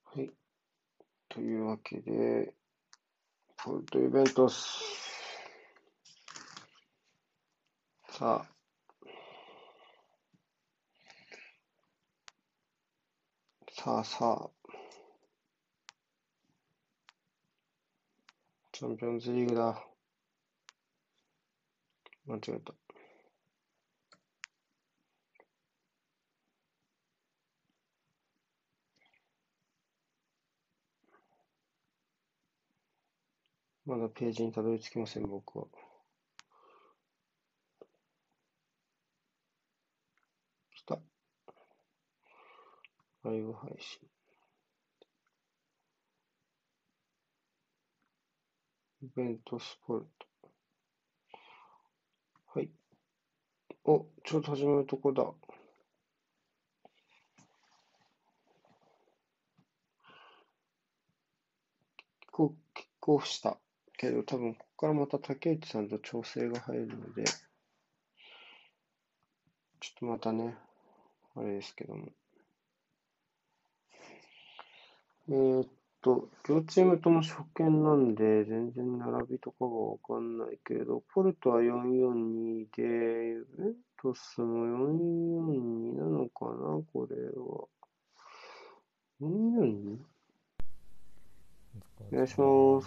はい。というわけで、ポルトイベントス。さあ、チャンピオンズリーグだ。間違えた。まだページにたどり着きません、僕は。来た。ライブ配信。イベントスポルト。はい。お、ちょうど始まるとこだ。キックオフした。けど多分、ここからまた竹内さんと調整が入るので、ちょっとまたね、あれですけども。両チームとも初見なんで、全然並びとかがわかんないけど、ポルトは442で、ユベントスも442なのかな、これは。442? お願いします。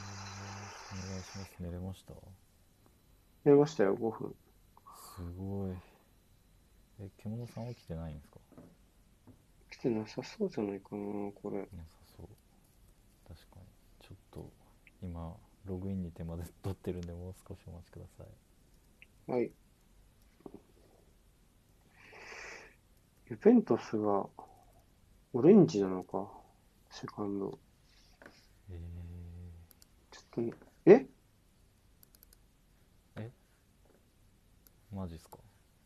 お願いします。寝れました？ 寝ましたよ、5分。 すごい。獣さん起きてないんですか？ 来てなさそうじゃないかな、これ。 なさそう。確かに。ちょっと、今、ログインに手間で取ってるんで、もう少しお待ちください。 はい。ユベントスがオレンジなのか、セカンド。 えちょっとね、えー、マジっすか？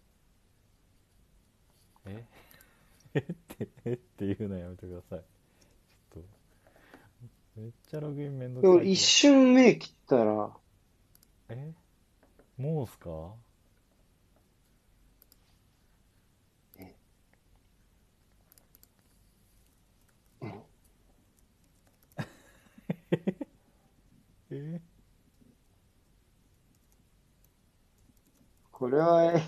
えっていうのやめてください。ちょっと、めっちゃログインめんどでも一くさいけど。 瞬目切ったら、 えもうっすか？えこれは、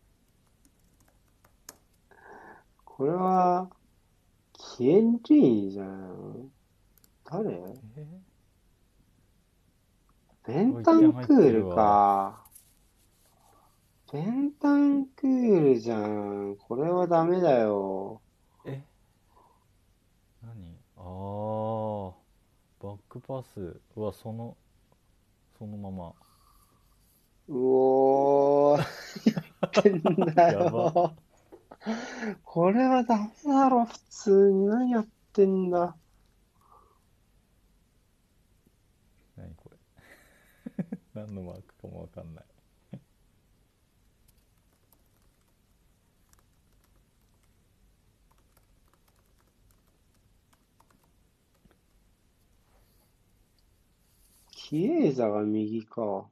これは、キエンリーじゃん。誰えベンタ 1点入っンクールてるわ。 か。ベンタンクールじゃん。これはダメだよ。 え何バックパスはそのまま。 うおー、ってんだやば。 よ。これはダメだろ、普通に。何やってんだ。 何これ。何のマークかもわかんない。 キエーザが右か。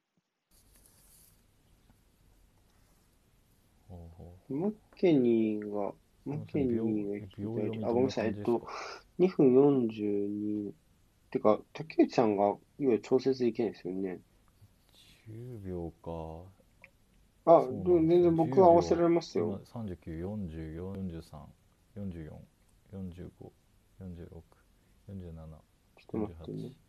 ほうほマッケニーが、 う。すマッいません、 ケニーが秒読左。あ、 みどんなごめんなさい。 感じですか？ 2分42。てか、竹内さんが、いわゆる調節できないですよね。 10秒か。 あ、 そうなんですよ。 全然僕 10 は合わせ秒。 られます今、 よ。 39、40、43、44、45、46、47、 ちょっと待っ 48、 てね。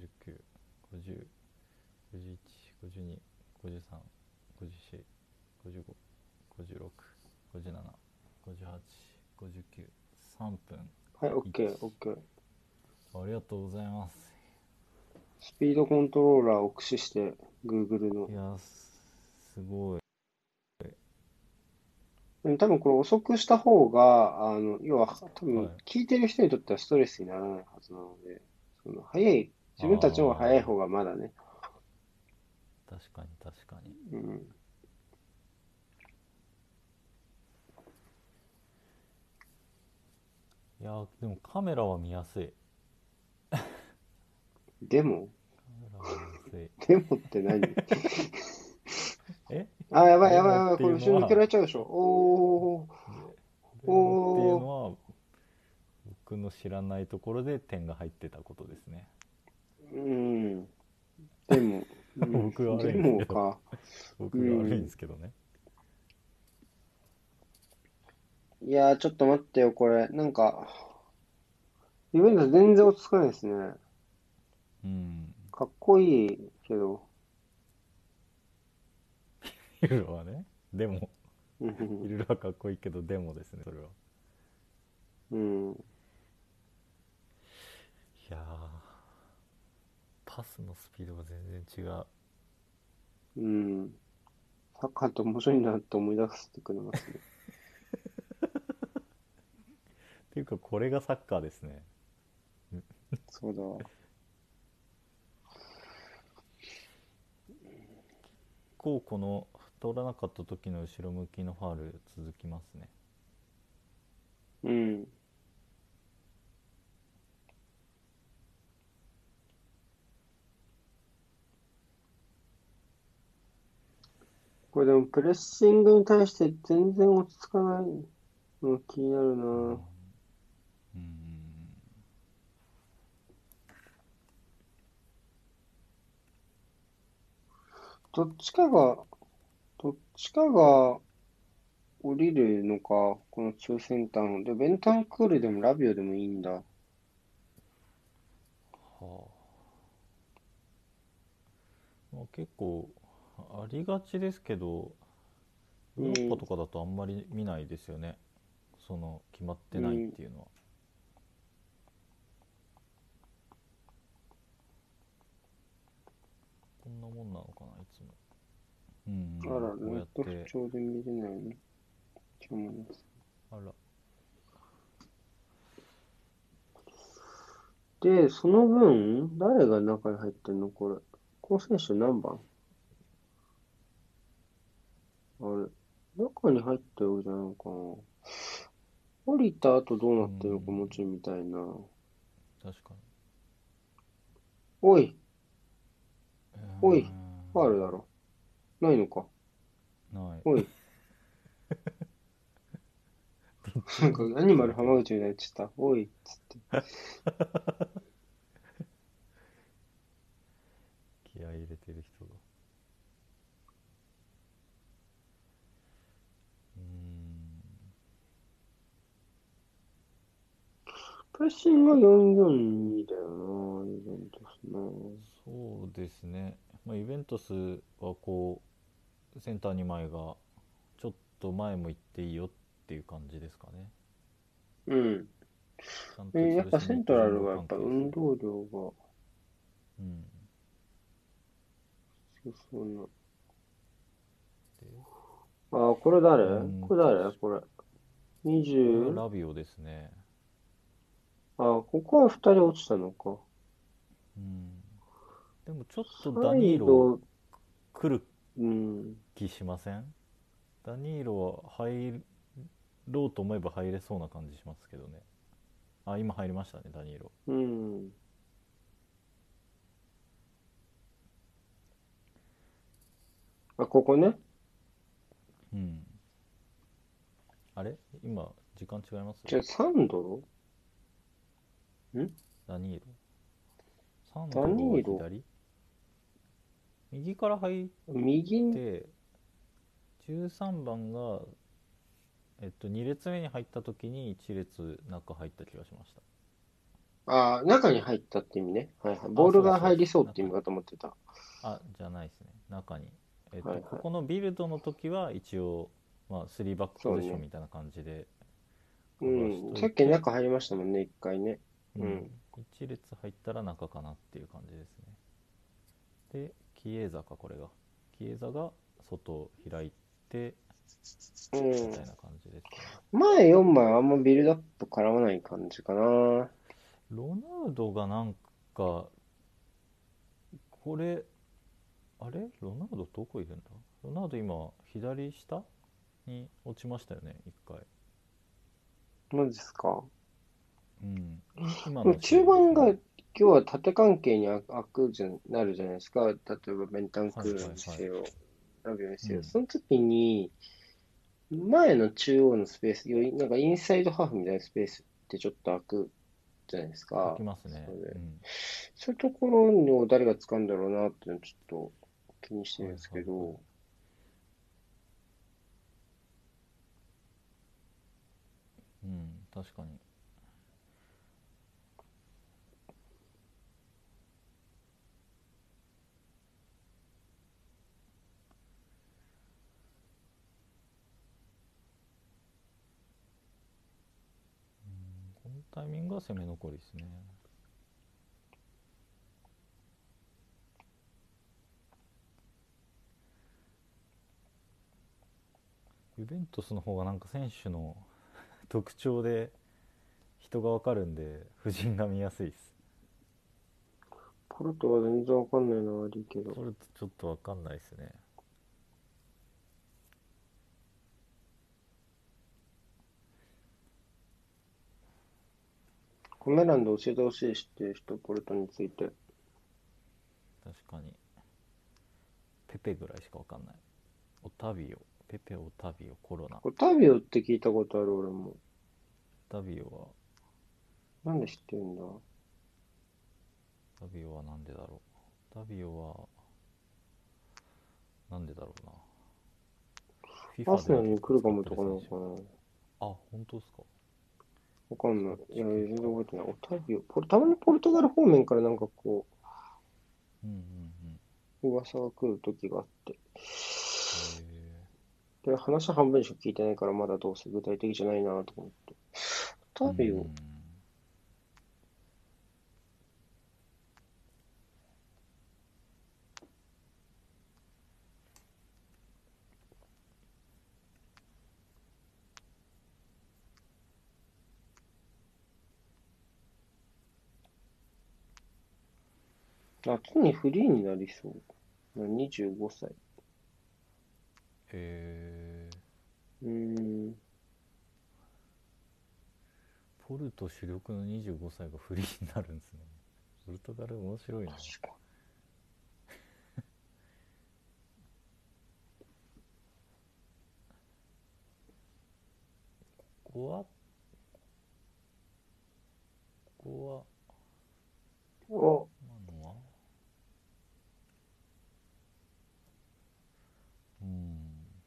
49、50、51、52、53、54、55、56、57、58、59、3分はい、 1。 OK、OK。 ありがとうございます。 スピードコントローラーを駆使して、Google の。 いや、すごい。 でも多分これ遅くした方が、要は多分はい。 聞いてる人にとってはストレスにならないはずなので、早い、自分たちの方が早いあ方がまだね。 確かに確かに。 うん。 いや、でもカメラは見やすい。 でも、 カメラは見やすい。 でもって何？ えあ、やばいやばいやばい、 でもってこれ後ろ抜けいうのは、 られちゃうでしょ。おー、 でもっていうおー、 のは、 僕の知らないところで点が入ってたことですね。 うん。でも、うん。 僕が悪でいんですけど。 もか。う僕が悪いんでん。 すけどね。 いやー、ちょっと待ってよ、これ。なんか、イベント全然落ち着かないですね。 うん。 かっこいいけど。 イルロはね、でも、 うん。 イルロはかっこいいけど、でもですね、それは。 うん。 いやー、パスのスピードが全然違う。っうん。サッカーって面白いなって思い出してくれますね。 ていうか、これがサッカーですね。 そうだわ。 こう、この、通らなかった時の後ろ向きのファール続きますね。 うん。これでもプレッシングに対して全然落ち着かないの気になるな。 うん。 どっちかが、どっちかが降りるのか、この中先端。で、ベンタンクールでもラビオでもいいんだ。 はあ。まあ、結構、ありがちですけど、ヨーロッパうん、 とかだとあんまり見ないですよね。その、決まってないっうん。 ていうのは。こんなもんなのかな、いつも。うん、 あら、 こうネット不やって、 調で見れないね。今日もです。 あら、 で、その分、誰が中に入ってんのこれ。この選手何番あれ。中に入ってるわけじゃないのかな。降りた後どうなうってるのかもうちん、 ょい見たいな。 確かに。 おい、 うおい、ファールだろ。ないのか。 ない。 おい。 どっちなんか、 もアニマルずれてる。 浜口みたいになっちゃった。おい、つって。 気合い入れてる人が。うーん。 プレッシングが442だよな、イベントスな。 そうですね。まあ、イベントスはこう、センター2枚が、ちょっと前も行っていいよっていう感じですかね。 うん。 ちゃんとやっぱ潰しに行ってセントラ人狼ルはやっぱ関係ですね。 運動量が、 うん。 そうそうな。 で、 あ、これ誰うんこれ誰これ。 これは 20? ラビオですね。 ここは2人落ちたのか。 うん。でもちょっとサダニーロイド、 来るうん。 気しません？ダニーロは入ろうと思えば入れそうな感じしますけどね。あ、今入りましたね、ダニーロ。 うん。ここね。 うん。あれ今、時間違います？ じゃあ、サンドロんダニーロ。サンダドロはニーロ。 左？右から入っ右に、 て、13番が、2列目に入った時に1列中入った気がしまし中に入ったって意味ね。はいはい。 た。あ、 ボールがそうです、そうです。 入りそうって意中に。 味かと思ってた。 あ、じゃないですね。中に。 はいはい。 ここのビルドの時は一応、まあ、3バックポそうね。 ジションみたいな感じでうかがしん。さっきといて、 中入りましたもんね、一回ね。 うん、 うん。 1列入ったら中かなっていう感じですね。で、キエザか、これが。キエザが外を開いて、 うみたいん。 な感じですかね。 前4枚はあんまビルドアップ絡まない感じかな。 ロナウドがなんか、これ、あれロナウドどこいるんだ？ロナウド今、左下に落ちましたよね、一回。 マジですか。 うん。今もうの試合中盤が今ですね。 日は縦関係になるじゃないですか。例えばベンタンはいクールはいはい。 にせよ、ラビオにせよ。 うん。 その時に、前の中央のスペース、なんかインサイドハーフみたいなスペースってちょっと空くじゃないです書か。 きますね。 それで、 うん。 そういうところを誰が使うんだろうなっていうのをちょっと気にしてはいるんですはいはい。 けど、 うん、確かに。このタイミングは攻め残りですね。ユベントスの方がなんか選手の特徴で人がわかるんで、布陣が見やすいです。 ポルトは全然わかんないのは悪いけど、 これちょっとわかんないですね。 コメ欄で教えてほしい知ってる人、ポルトについて。 確かに。ペペぐらいしかわかんない。オタビオ。ペペ、オタビオ、コロナ。オオタビオって聞いたことある俺も。 タビオは、 なんで知ってるんだ？ オタビオはなんでだろう。オタビオは、なんでだろうな。 アー FIFA セナルでも結構に来るかも使ってる選とかなのかな？ 手。あ、本当ですか？ わかんない。 そっいや、 ち系全然か。 覚えてない。オタビオ。たまにポルトガル方面からなんかこうんうんう、噂が来る時があって。 うん。へで、話半分しか聞いてないからまだどうせ具体的じゃないなと思って。オえ。うタビオ。 ん。 夏にフリーになりそう。25歳。 へえ。 うーん。 ポルト主力の25歳がフリーになるんですね。ポルトガル面白いな。 確かここは、ここは、 に。お、 今のは、うん。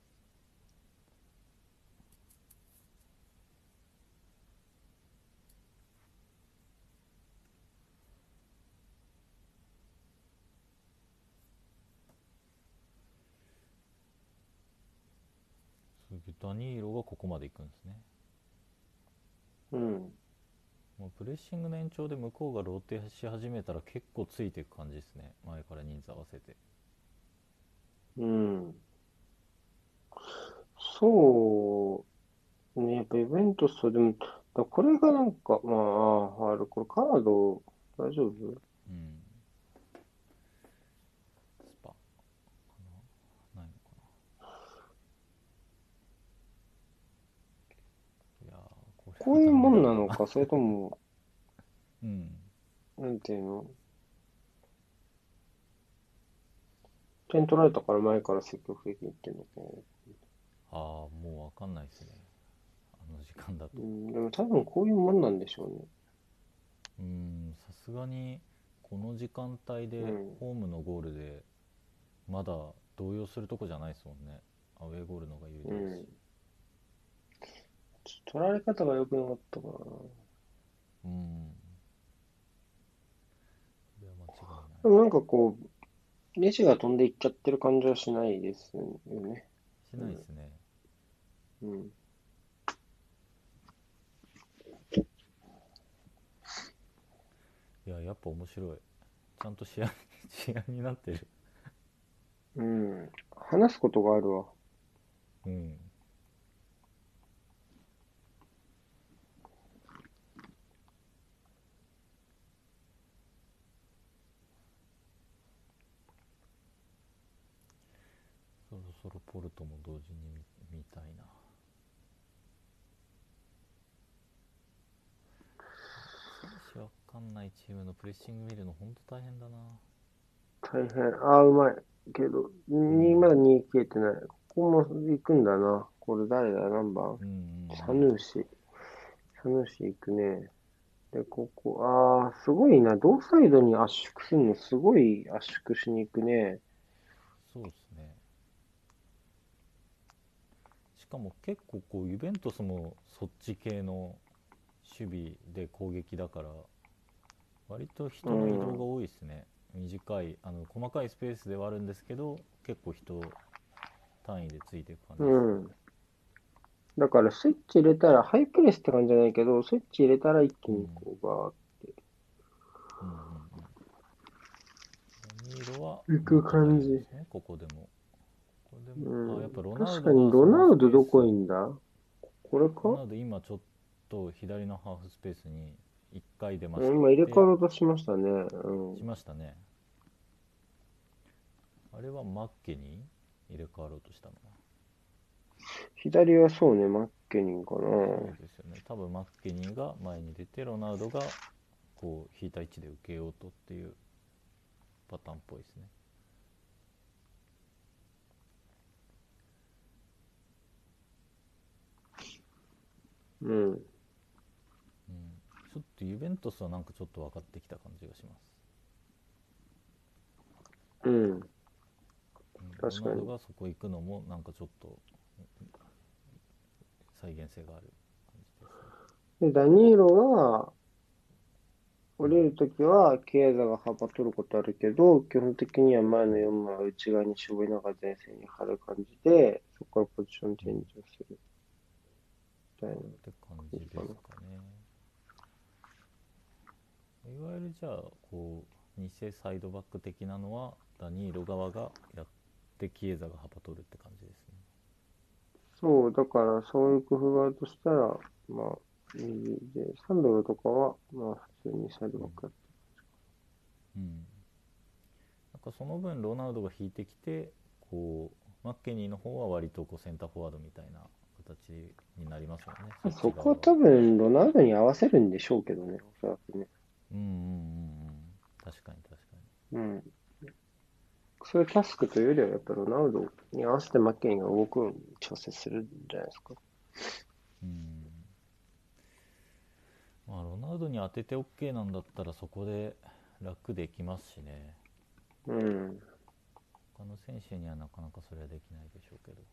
ダニーロがここまで行くんですね。 うん。 もうプレッシングの延長で向こうがローテし始めたら結構ついていく感じですね。前から人数合わせて。 うん。そうね。やっぱイベントス、でも、これがなんか、まあ、これカード、大丈夫？ うん。スパかな、ないのかな。いやー、これはダこういうもメだろうな。 んなのか、それとも、 うん。 なんていうの？点取られたから前から積極的にいってんのかな。 ああ、もうわかんないですね。あの時間だと。 うん、でも多分こういうもんなんでしょうね。 うん、さすがにこの時間帯でうん。 ホームのゴールでまだ動揺するとこじゃないですもんね。アウェーゴールの方が有利ですし。 うん。取られ方が良くなかったかな。 うん、それは間違いない。 でもなんかこう、ネジが飛んでいっちゃってる感じはしないですよね。 しうん。 ないですね。 うん。 いや、やっぱ面白い。ちゃんと試合試合になってる。 うん。話すことがあるわ。 うん。そろそろポルトも同時に見たいな。選手わかんないチームのプレッシング見るのほんと大変だな。 大変。ああ、うまい。けど、 うん。 まだ2消えてない。ここも行くんだな。これ誰だ？何番？ うんうんサヌーシ。サヌーシ行くね。 で、ここ、すごいな。同サイドに圧縮するの、すごい圧縮しに行くね。 そうですね。しかも結構こうユベントスもそっち系の守備で攻撃だから割とう人の移動がん。 多いですね。短い細かいスペースではあるんですけど結構人単位でついていく感じうですね。 ん。だからスイッチ入れたら、ハイプレスって感じじゃないけど、スイッチ入れたら一気うんにこう、バうんうんうん。ダニーロはー行く中入感じ。 るんですね、ここでも。これでもうん。 やっぱロナウ確かに、 ドがそロナウドのスペーどこいいス、 んだ？これか？ ロナウド今ちょっと左のハーフスペースに1回出ましうん、今入れ替てわろうとしましたね。うん。 しましたね。あれはマッケに入れ替わろうとしたのは。 左はそうね、マッケニンかな。 そうですよね、多分マッケニーが前に出てロナウドがこう引いた位置で受けようとっていうパターンっぽいですね。 うん。 うん、ちょっとユベントスはなんかちょっと分かってきた感じがします。 うん。 ロナウド確かに。 がそこ行くのもなんかちょっと再現性がある感じですね。 で、ダニーロは、降うんりるときは、ケアザが幅取ることあるけど、基本的には前のうん 4枚を内側に絞りながら前線に張る感じで、そこからポジションチうん、っェンジをするみたいな感て感じでじかな。 すかね。いわゆるじゃあこう偽サイドバック的なのはダニーロ側がやってキエザが幅取るって感じですね。 そう、だからそういう工夫があるとしたら、まあ、右で、サンドルとかは、まあ普通にサイドうんバックやって。 うん、なんかその分ロナウドが引いてきてこうマッケニーの方は割とこうセンターフォワードみたいな形になりますもんね、そっち側は。 そこは多分、ロナウドに合わせるんでしょうけどね、おそらくね。 うんうんうんうん、確かに確かうん。そういうタスクというよりは、やっぱロナウドに合わせてマッケニーが動くように調整するんじゃないですか。 に。うん、まあロナウドに当てて OK なんだったらそこで楽できますしね。 うん。 他の選手にはなかなかそれはできないでしょうけど。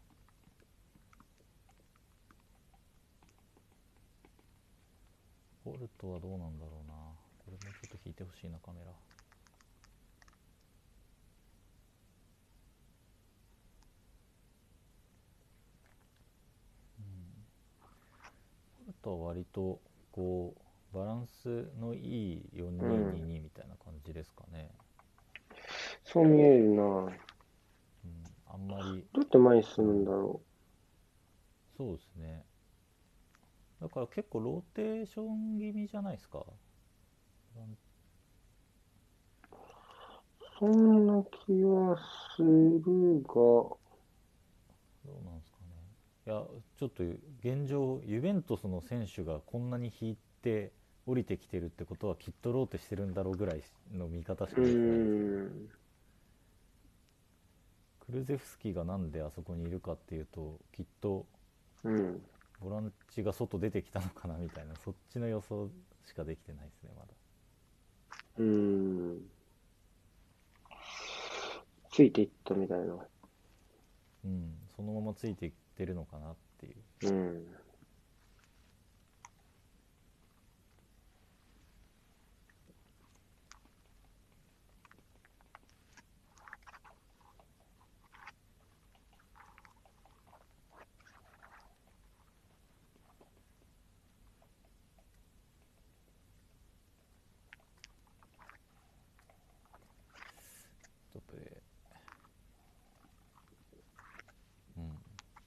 ポルトはどうなんだろうな。これもうちょっと引いてほしいな、カメラ。ポルトは割とこうバランスのいいうん。 4222みたいな感じですかね。 そう見えるな。どうん、あんまりうやって前に進むんだころう、そうですね。だから結構ローテーション気味じゃないですか。 う。そんな気はするが、 どうなんですかね。いや、ちょっと現状、ユベントスの選手がこんなに引いて降りてきてるってことはきっとローテしてるんだろうぐらいの見方しうーかできてないですけど、 ん。 クルゼフスキがなんであそこにいるかっていうと、きっとうん。 ボランチが外出てきたのかなみたいな、そっちの予想しかできてないですね、まだ。 うーん。ついていったみたいな。 うん、そのままついていってるのかなっていう。 うん。 トップで、うん、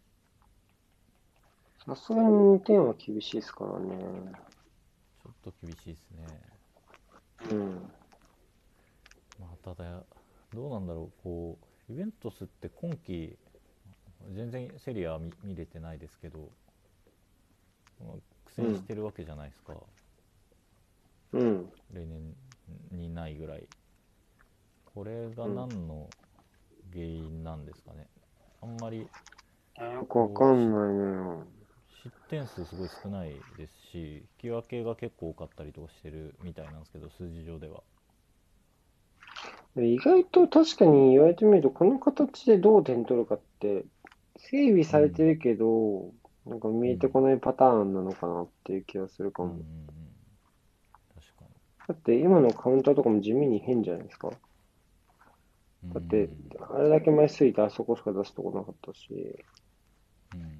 さすがに2点は厳しいですからね。 ちょっと厳しいですね。 うん。 まあ、ただ、どうなんだろう、こう、ユベントスって今季、全然セリアは見れてないですけど、苦うん。 戦してるわけじゃないですか、 うん。 例年にないぐらい。これがうん。 何の原因なんですかね。あんまりよくわかこうんないね。 失点数すごい少ないですし、引き分けが結構多かったりとかしてるみたいなんですけど、数字上では。 意外と確かに言われてみると、この形でどう点取るかって、整備されてうんるけど、なんか見うんえてこないパターンなのかなっていう気がするかうんうんうも。 ん。確かだって今のカウンターとかも地味に変じゃないですか。 に。うんだって、あれだけ枚数いてあそこしか出すとこなかったし、 うんうんうん。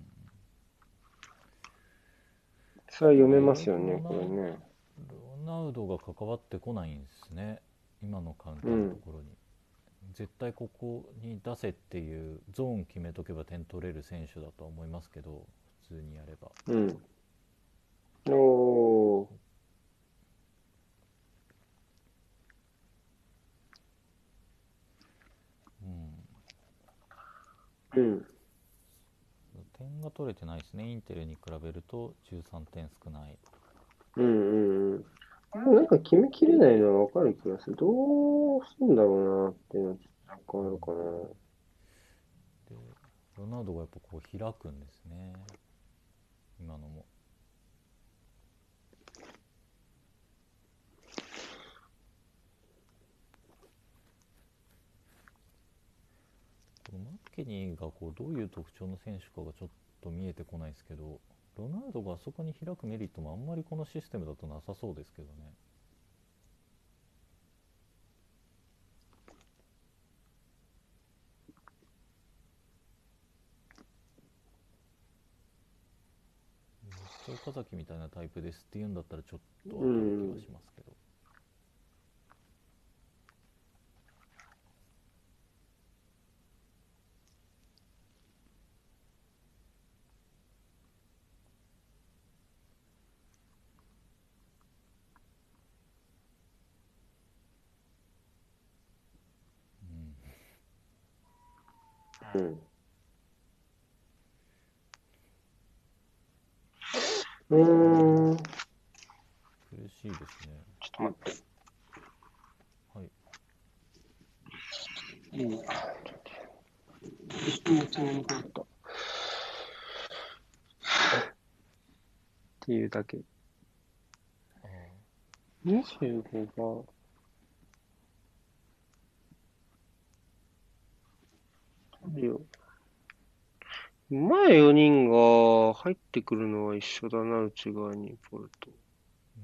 それは読めただ意ますよね、 外とこれね。 ロナウドが関わってこないんですね、今のカウンターのとうん、 ころに。絶対ここに出せっていうゾーン決めとけば点取れる選手だとは思いますけど、普通にやれば。 うん。おー、 うん、 うん、 点が取れてないですね、インテルに比べると13点少ない。 うん、うん、うん。でもなんか決めきれないのはわかる気がする。どうすんだろうなっていうのはちょっとわかるかな。 でロナウドがやっぱこう開くんですね、今のも。このマッケニーがこうどういう特徴の選手かがちょっと見えてこないですけど、ロナウドがあそこに開くメリットもあんまりこのシステムだとなさそうですけどね。めっちゃ岡崎みたいなタイプですって言うんだったらちょっとうわかる気はん、 しますけど。 うん。うーん。ちょ苦しいですね。 っと待って。 はい。 いい。めっちゃ眠くなった。っていうだけ。 ああ、 25が、あるよ。前4人が入ってくるのは一緒だな、内側に、ポルト。 うん。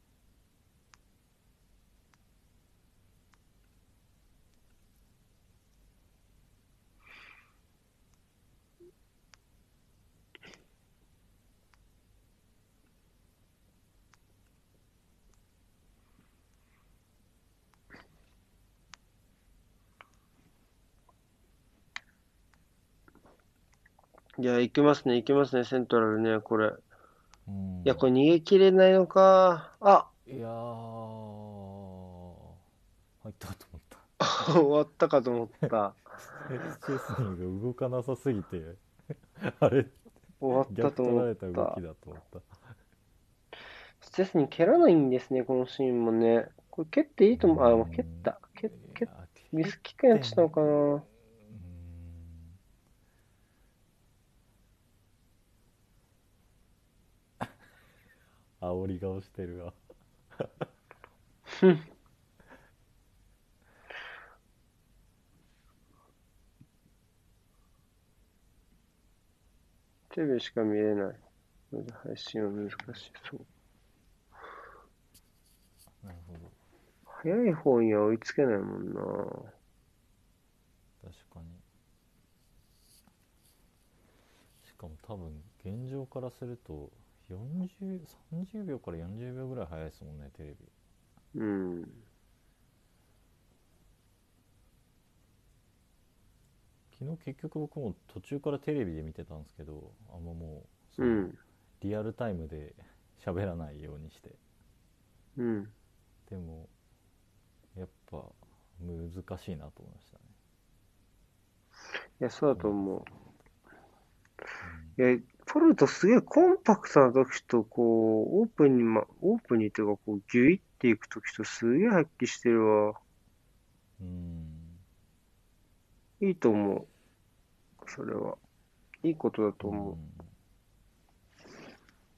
いや、行きますね、行きますね、セントラルね、これ。いうん。 や、これ逃げ切れないのか。あ、 いやー、入ったと思った。 終わったかと思った。 スチェスニーが動かなさすぎて、あれ、 終わった逆と思っ取られた動きた。 だと思った。 ステスに蹴らないんですね、このシーンもね。これ蹴っていいうと思う。あ、もう蹴っん。 た。 いや、蹴っミスキックやってん、 てたのかな。 煽り顔してるわ。 ふん。テレビしか見れない。ので配信は難しそう。 なるほど。 早い方には追いつけないもんな。 確かに。しかも多分現状からすると40、30秒から40秒ぐらい早いですもんね、テレビ。 うん。 昨日結局僕も途中からテレビで見てたんですけど、あんまもうそのうん。 リアルタイムで喋らないようにして。 うん。 でもやっぱ難しいなと思いましたね、 いや、そうだと今の思う。 セリフだと。うん。 いや、ポルトすげえコンパクトな時と、こう、オープンにっていうか、こう、ギュイっていく時とすげえ発揮してるわ。 うん。 いいと思う。それは。いいことだとうん。 思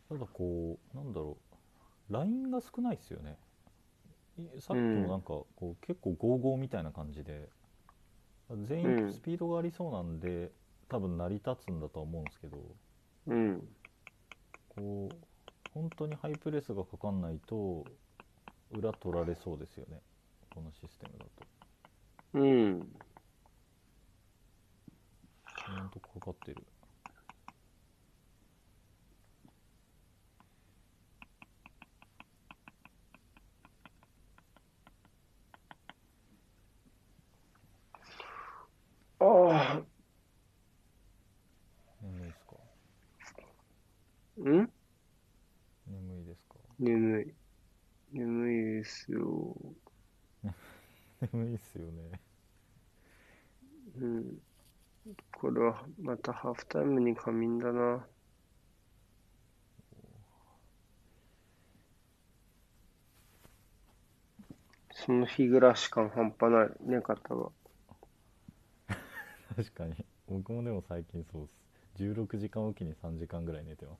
ただこうなんだろう、ラインが少ないですよね。さっきもなんうん、 かこう結構55みたいな感じで、全員スうん、 ピードがありそうなんで多分成り立つんだとは思うんですけど、 うん、 こう本当にハイプレスがかかんないと裏取られそうですよね、このシステムだと。 うん。 今んとこかかってる。 ああ、 眠いですか？ ん眠いですか？ 眠い。眠いですよ。 眠いっすよね。 うん。これはまたハーフタイムに仮眠だな。その日暮らし感半端ないね、方が。 確かに僕もでも最近そうっす。16時間おきに3時間ぐらい寝てます。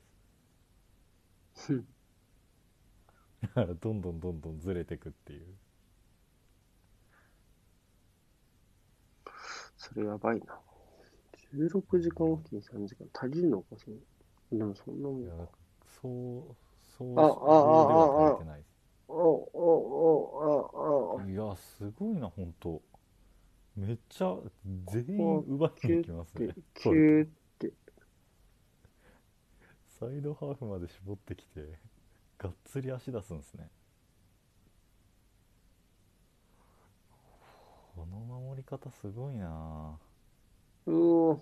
だからどんどんどんどんずれてくっていう。 それやばいな。16時間おきに3時間。足りるのか、その。でもそんなもんか。 いやそうあ、あ、あ、あ、 総量では足りあ、 てないです。 お、お、あ、あ、 いやすごいな本当。めっちゃ全員こう、 奪いに行キュッきますね、 て、キポルト。 ューって。 サイドハーフまで絞ってきてがっつり足出すんですね。この守り方すごいな。 うお、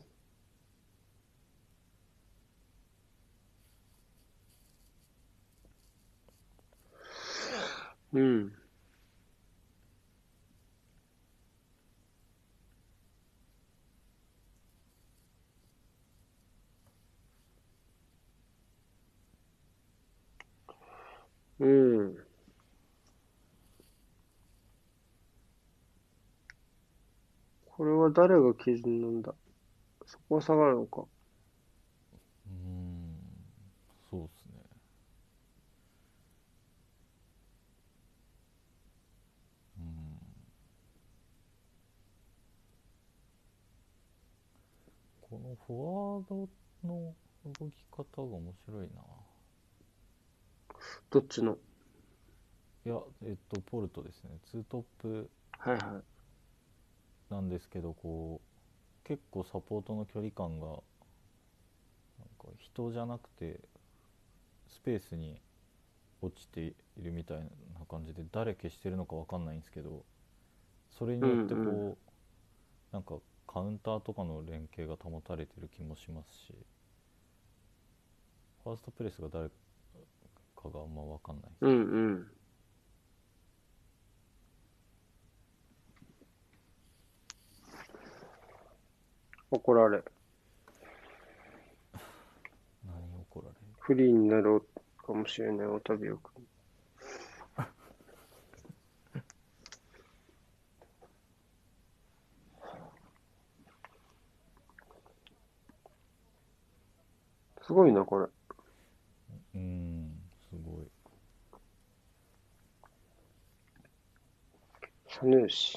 うん、うん。これは誰が基準なんだ？そこは下がるのか。 そうっすね。このフォワードの動き方が面白いな。 どっちの？ いやポルトですね。ツートップはいはなんですけど、こう結構サポートの距離感がなんか人じゃなくてスペースに落ちているみたいな感じで、誰消してるのか分かんないんですけど、それい。うんによってうん。 こうなんかカウンターとかの連携が保たれてる気もしますし、ファーストプレスが誰かがあんま分かんないです。 うんうん。怒られ。 何怒られる？ フリーになろうかもしれない、オタビオ君。すごいな、これ。 すごい。 サヌーシ。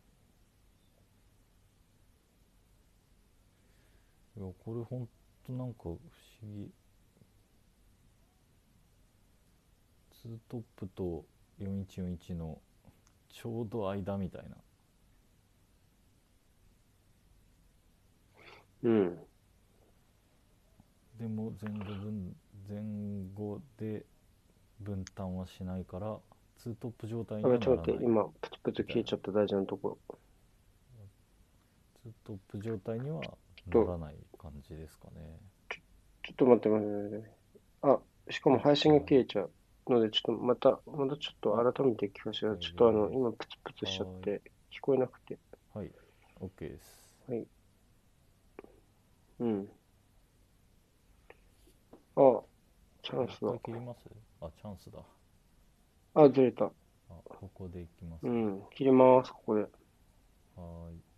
いやこれほんとなんか不思議。ツートップと4141のちょうど間みたいな。 うん。 でも前後で分担はしないからツートップ状態あ、 にはちょっと待って、 ならない今、プツプツみたいな。 消えちゃった大事なところ。 ツートップ状態にはちょっと、 ならない感じですかね。 ちょっと待って待って待って。あ、しかもはい配信がはい切れちゃうので、ちょっとまたちょっとあ改めて聞かせてください。ちょっと大丈夫です。 今プツプツしちゃっはーい。 て、聞こえなくて。 はい OK です。 はい。うん。あ、チャン一スだ。 回切ります。あチャンスだ。 あ、ずれた。 ここでいきますね。 うん。切ります、ここで。 はーい。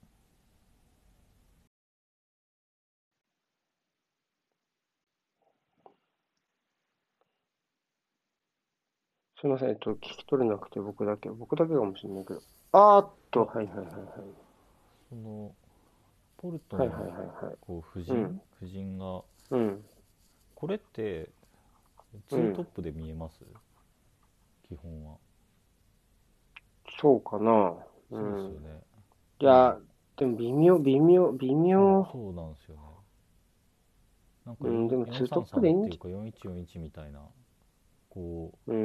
すいません、聞き取れなくて僕だけかもしれないけど。 いや、 はいはいはいはい。 そのポルトはいはいはいのはい。 こううん、 夫人が、 うん、 これってツートッうん。 プで見えます？基本は。 そうかな。うそうですん。 よね。 いや、 でもでも微妙。 そうなんですよね。なんかうん、でもツートップ 433 でいいんじっていうか4141みたいな、こゃ、うん、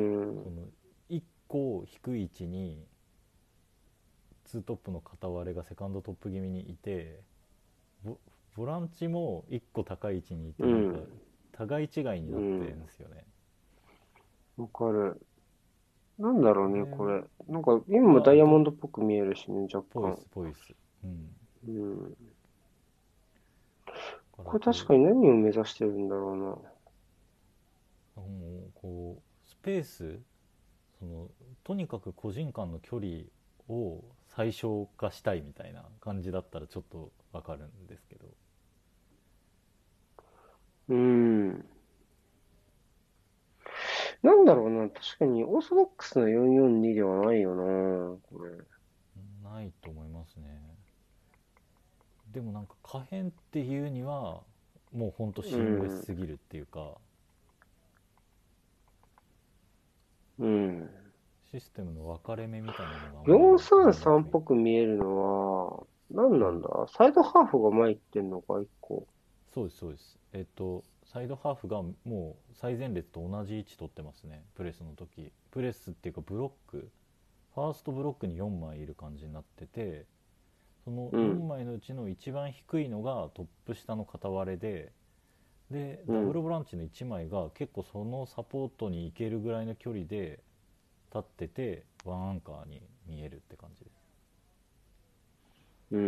その1個低い位置にツートップの片割れがセカンドトップ気味にいて、ボボランチも1個高い位置にいて、なんかうん、 互い違いになってるうん。 んですよね。 わかる。なんだろうね、 これこれ。なんか、今もダがどっイヤモンドっぽく見えるしね、若ぽいっ干。 すぽいっす。うん。 うん。 だからこれ確かに何を目指してるんだろうな。 もうこうスペース、とにかく個人間の距離を最小化したいみたいな感じだったらちょっとわかるんですけど、 うん。なんだろうな、確かにオーソドックスな442ではないよな、これ。 ないと思いますね。でもなんか可変っていうにはもうほんとシームレスうん。 すぎるっていうか、 うん。 システムの分かれ目みたいなのがあんまり見えに 433っくい。 ぽく見えるのは、何うん、 なんだサイドハーフが前行ってんのか、1個。 そうですそうです。サイドハーフがもう最前列と同じ位置取ってますね。プレスの時、プレスっていうかブロック、ファーストブロックに4枚いる感じになってて、その4 うん。 枚のうちの一番低いのがトップ下の片割れでうん。 ダブルボランチの1枚が結構そのサポートに行けるぐらいの距離で立ってて、ワンアンカーに見えるって感じです。 うん。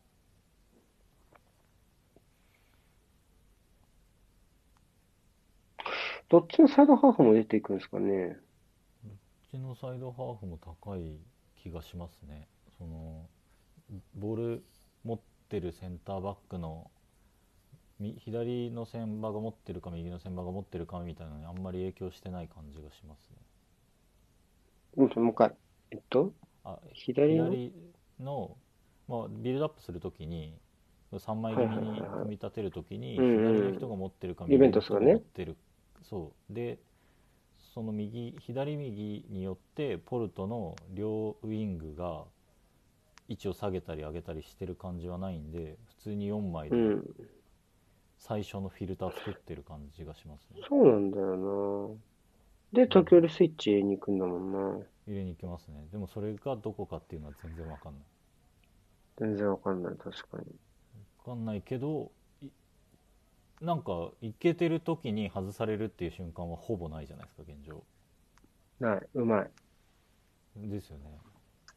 どっちのサイドハーフも出ていくんですかね。 うちのサイドハーフも高い気がしますね。そのボール持ってるセンターバックの左のセンバが持ってるか右のセンバが持ってるかみたいなのにあんまり影響してない感じがしますね。 もう一回。 あ、 左の左の、まあ、ビルドアップするときに3枚はいはい組みにはいはい。 組み立てるときに左うんうん。 の人が持ってるかユベン右の人が持っトスがね。 てる、そうで、その左右によってポルトの両ウイングが位置を下げたり上げたりしてる感じはないんで、普通に4枚でうん。 最初のフィルター作ってる感じがしますね。 そうなんだよな。で、 うん、 時折スイッチ入れに行くんだもんな。 入れに行きますね。でもそれがどこかっていうのは全然わかんない。 全然わかんない、確かに。 わかんないけど、なんかいけてる時に外されるっていう瞬間はほぼないじゃないですか、現状。 ない、うまい。 ですよね。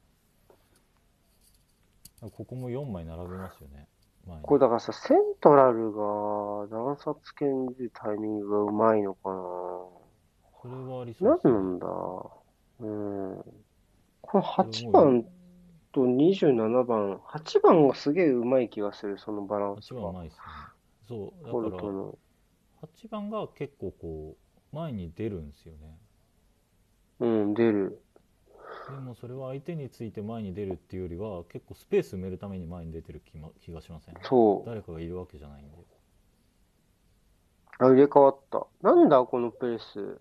ここも4枚並べますよね、前に。 これだからさ、セントラルが段差つけるタイミングがうまいのかそれはありそうな。 ですね。 なんなんだ。うん。この8 これもう番と27番、8番がすげえうまい気がする、そのバランス 8番うが。 まいですね。そうだポからルトの。 8番が結構こう前に出るんですよね。 うん、出る。 でもそれは相手について前に出るっていうよりは結構スペース埋めるために前に出てる気がしません？ そ誰かがいるわけじゃないんで。 う。あ、入れ替わった。なんだ、このペース。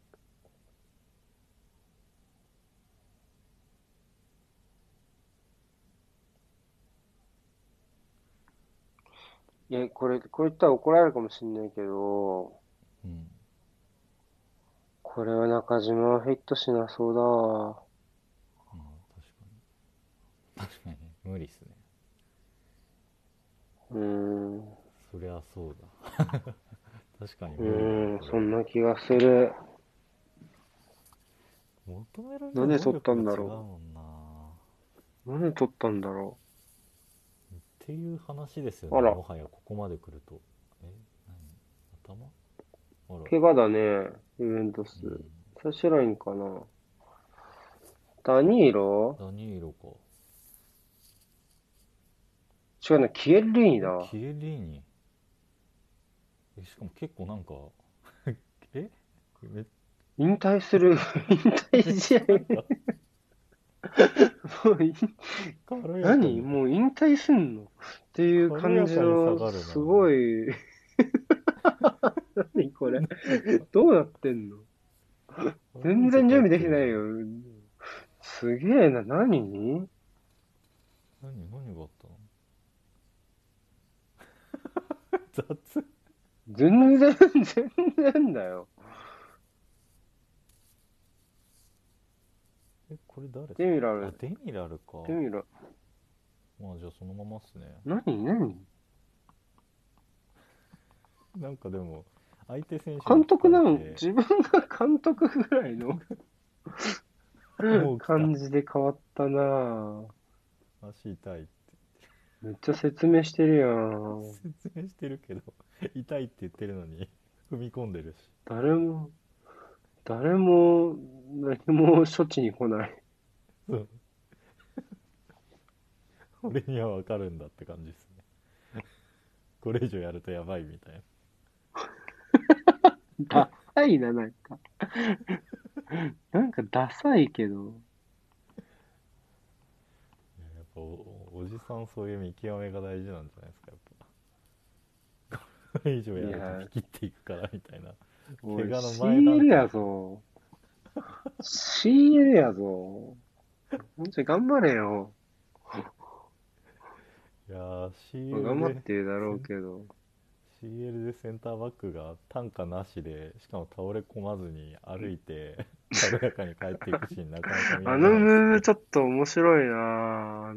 いや、これ言ったら怒られるかもしんないけど、 うん、 これは中島はフィットしなそうだわ。 まあ確かに無理っすね。 うーん。 そりゃそうだ。確かにう無理だなーん、 これは。 そんな気がする。 求められるなんで取った能力がんだろ違うもんな。 う。なんで取ったんだろっていう話ですよう。あね、 ら、 もはやここまで来ると。え、何、頭、あら、 怪我だね、ユベントス。 うん、 サシュラインかな。ダニーロダニーロか。 違うな、キエリーニだ。 キエリーニ。しかも結構なんかえめ、 引退する、引退めっ試合、 ちゃなんかもう軽やかに何もう引退すんのっていう軽や感じかに下の、 がるな。 すごい、何これ。 なんかどうなってんの？全歩いて然準備でき帰ってるじゃん。 てないよ。すげえな、何？ 何があったの？雑。 全然だよ。 これ誰？あ、 デミラル、 デミラルか。 デミラ、 まあじゃあそのままっすね。 何？ なんかでも相手選手に監聞か督なの？ れて、 自分が監督ぐらいのもう来た、 感じで変わったなぁ。 足痛いってめっちゃ説明してるやん。 説明してるけど、痛いって言ってるのに踏み込んでるし。 誰も、誰も、何も処置に来ない。 そう、俺にはわかるんだって感じですね。これ以上やるとやばいみたいな。 ダサいな、なんか。なんかダサいけど。 やっぱおじさんそういう見極めが大事なんじゃないですか、やっぱ。これ以上やるといや、 ピキっていくからみたいな。 おい、 怪我の前段 CL や階から。 ぞ。CL やぞ。ほんとに頑張れよ。 いやー、 まあ CL で頑張ってるだろセンうけど。 CL でセンターバックが担架なしで、しかも倒れ込まずに歩いて軽やかに帰っていくシーン、なかなか見られあのないですね。 ムーブちょっと面白いなぁ。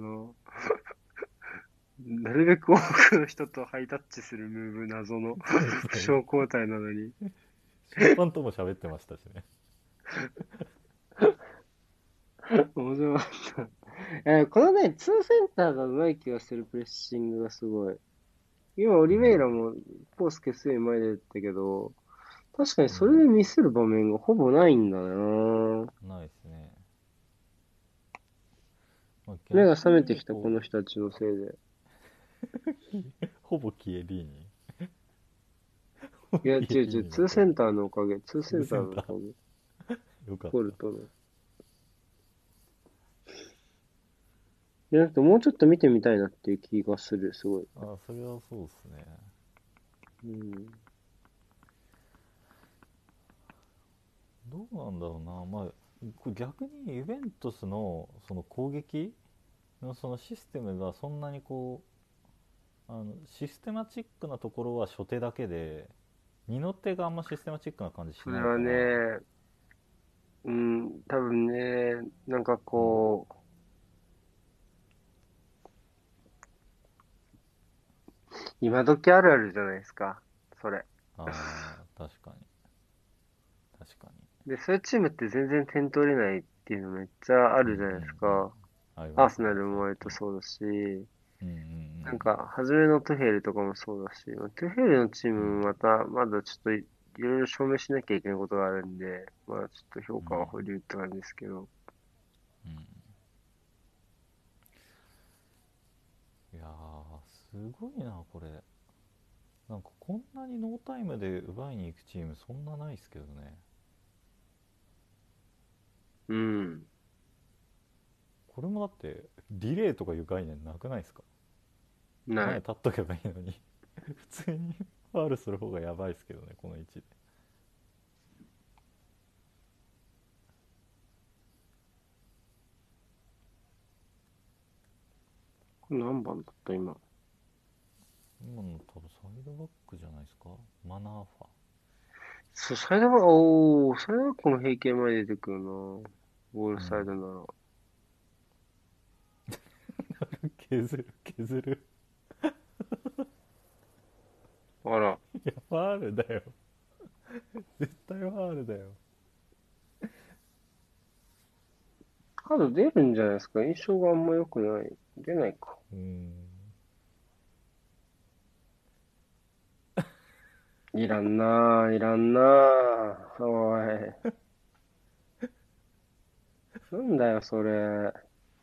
なるべく多くの人とハイタッチするムーブ、謎のそう負傷そう。 交代なのに。 審判とも喋ってましたしね。 面白かった。このね、ツーセンターが上手い気がする、プレッシングがすごい。今、オリベイうん。 ラもコース決済前で言ったけど、確かにそれでうん。 ミスる場面がほぼないんだよな。 ないですね。まあ、 目が逆覚めてきた、こにこの人たちのせいで。 ほぼ消えリーニ。ほぼいや、違う消えリ違う、 ーニのおかげ。 ツーセンターのおかげ、ツーセツーンタセンター。 ーのおかげ。 よかった。 ボルトの。いや、なんかもうちょっと見てみたいなっていう気がする、すごい。 あ、それはそうですね。 うん。 どうなんだろうな。まあ、これ逆にユベントスのその攻撃のそのシステムがそんなにこう、システマチックなところは初手だけで、二の手があんまシステマチックな感じしそれはないから、 ね、うん、多分ね、なんかうん。 こう、今時あるあるじゃないですか、それ。 ああ、確かに。確かで、そういうチームって全然点取れないっていうのめっちゃあに。うんうんるじゃないですうん。 か。 ありアーセナますね、最ルも割と近。 そうだし、 うんうんなんか、初めのトゥヘルとかもそうだし、トゥヘルのチーうん。うん。 ムまだちょっといろいろ証明しなきゃいけないことがあるんで、まあちょっと評うん。 価は保留って感じですけど。 うん。いやー、すごいな、これ。なんかこんなにノータイムで奪いに行くチームそんなないですけどね。 うん。 これもだってリレーとかいう概念なくないですか？前ない。 立っとけばいいのに普通にファールする方がやばいですけどね、この位置で。 これ何番だった今？ 今の多分サイドバックじゃないですか？マナーファ。 そう、サイドバック、おー、サイドバックも平均前に出てくるな。ボールうん。 サイドなら。 削る削る。 あら、 いやファールだよ、絶対ファールだよ。 カード出るんじゃないですか？印象があんま良くない。出ないか。 うん。 いらんなぁ、いらんなぁ。おい。なんだよ、それ。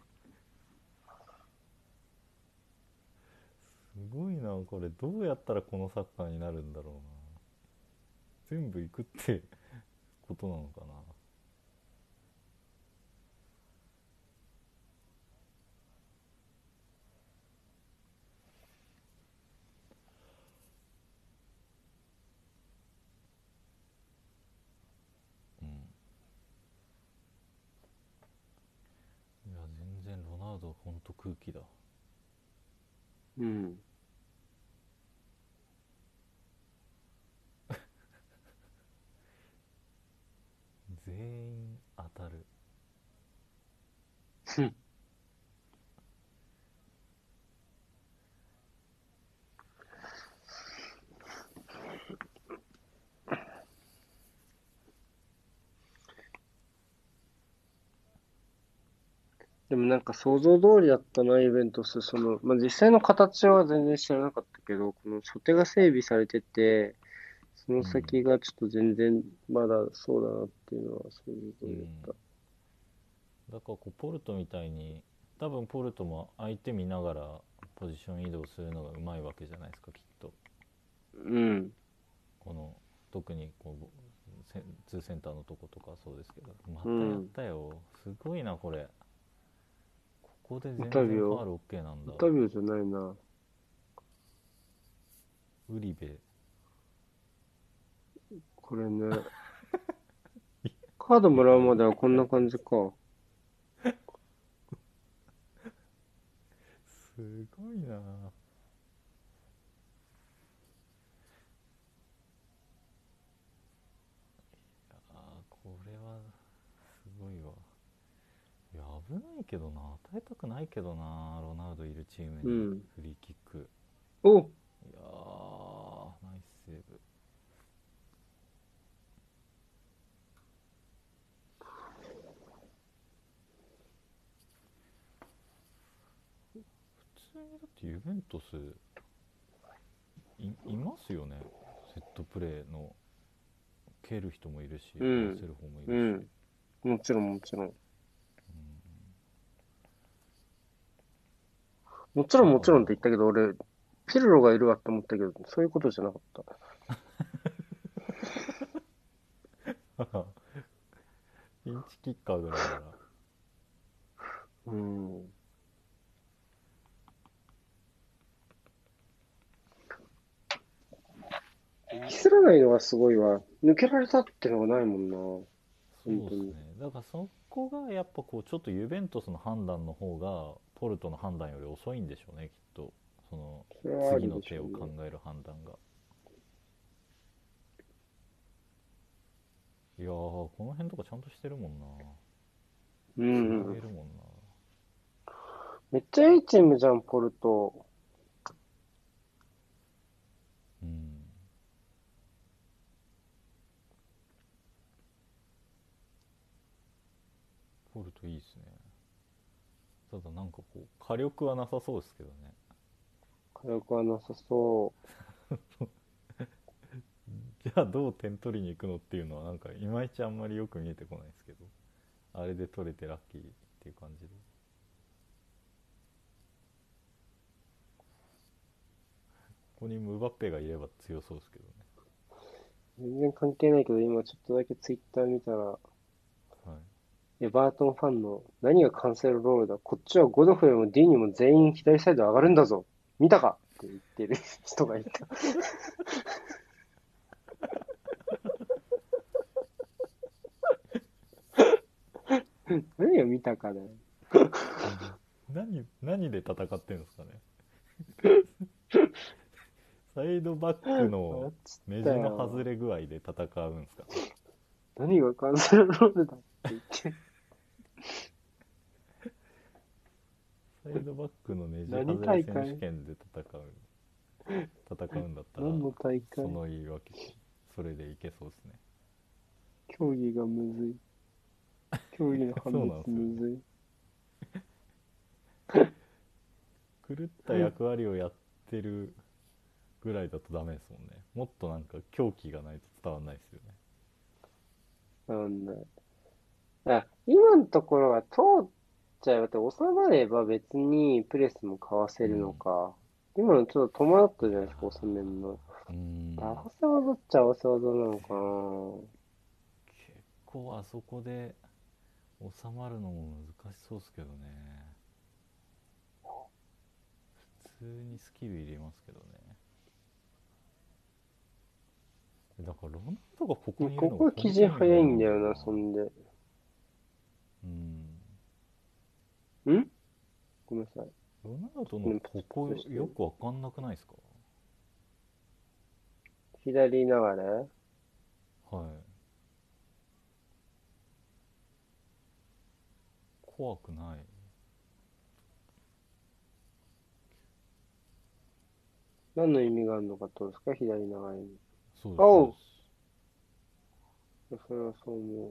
すごいな、これどうやったらこのサッカーになるんだろうな。全部行くってことなのかな。うん。いや、全然ロナウドほんと空気だ。 うん。 全員当たる。 でもなんか想像通りだったな、イベントス。まあ、実際の形は全然知らなかったけど、この初手が整備されてて、そのうん。 先がちょっと全然まだそうだなっていうのは想像通うん。 りだった。 だからこうポルトみたいに、多分ポルトも相手見ながらポジション移動するのがうまいわけじゃないですか、きっと。 うん。 この特にこうツーセンターのとことかそうですけど、またやっうん。 たよ。すごいなこれ。ここでオ全タビオ然ファール OK なんだ。 オタビオじゃないな。 ウリベ。 これね。カードもらうまではこんな感じか。 すごいな。これはすごいわ。いや、危ないけどな、与えたくないけどな、ロナウドいるチームにうん。 フリーキック。 お、 いやー、ナイスセーブ。普通にだってユベントスいますよね。セットプレーの蹴る人もいるし、合わうん。 せる方もいるし。 うん。もちろんもちろん。もちろんまもちろんって言っあたけど、俺、ピルロがいるわって思ったけど、そういうことじゃなかった。 まあピンチキッカーぐらいなら。 うん。ミスらないのがすごいわ。抜けられたってのがないもんな。本当に。 そうですね。だからそこがやっぱこうちょっとユベントスの判断の方がポルトの判断より遅いんでしょうね、きっと。そのそれはあ次るでしの手を考ょうね。 える判断が。いやー、この辺とかちゃんとしてるもんな。 うつなん。 げるもんな。 めっちゃいいチームじゃん、ポルト。 うん。ポルトいいですね。ただなんかこう火力はなさそうですけどね。 火力はなさそじゃあどう点取りに行くのっていうのはなんかいまいちあんまりよく見えてこないですけど、あれで取れてラッキーっていう感じで。ここにムバッペがいれば強そうですけどね。 う。全然関係ないけど、今ちょっとだけツイッター見たら、 はい。 エバートンファンの何がカンセルロールだ。こっちはゴドフレもディーニも全員左サイド上がるんだぞ。見たかって言ってる人がいた。何が見たかだよ。 何で戦ってるんですかね。サイドバックの笑っちゃった目地の外よ。 れ具合で戦うんですかね。 何がカンセルロールだって言って。 サイドバックのネジ何外れ選手大会権で戦うんだったら何の大会その言い訳、それでいけそうですね。 競技がむずい。競技の判そうなんですよね。 別むずい。 狂った役割をやってるぐらいだとダメですもんね。もっとなんか狂気がないと伝わんないですよね。 なんだ。今のところは通っちゃえばって収まれば別にプレスもかわせるのうん。 か。今のちょっと戸惑ったいやじゃないですか、収めるの。 ー、うーん、 合わせ技っちゃ合わせ技なのかな。 構あそこで収まるのも難しそうですけどね。普通にスキル入れますけどね。だからロナウドがここにいるこのがこは生地本当に意味ない早いんだよな、 んだよな。 そんで。 うん。 んごめんなさい。 ロナウドのごめん、パチここパチして。 よくわかんなくないですか？ 左流れ。 はい。怖くない。 何の意味があるのかどうですか、左流れに。 そうですそうでおう、 す。 それはそう思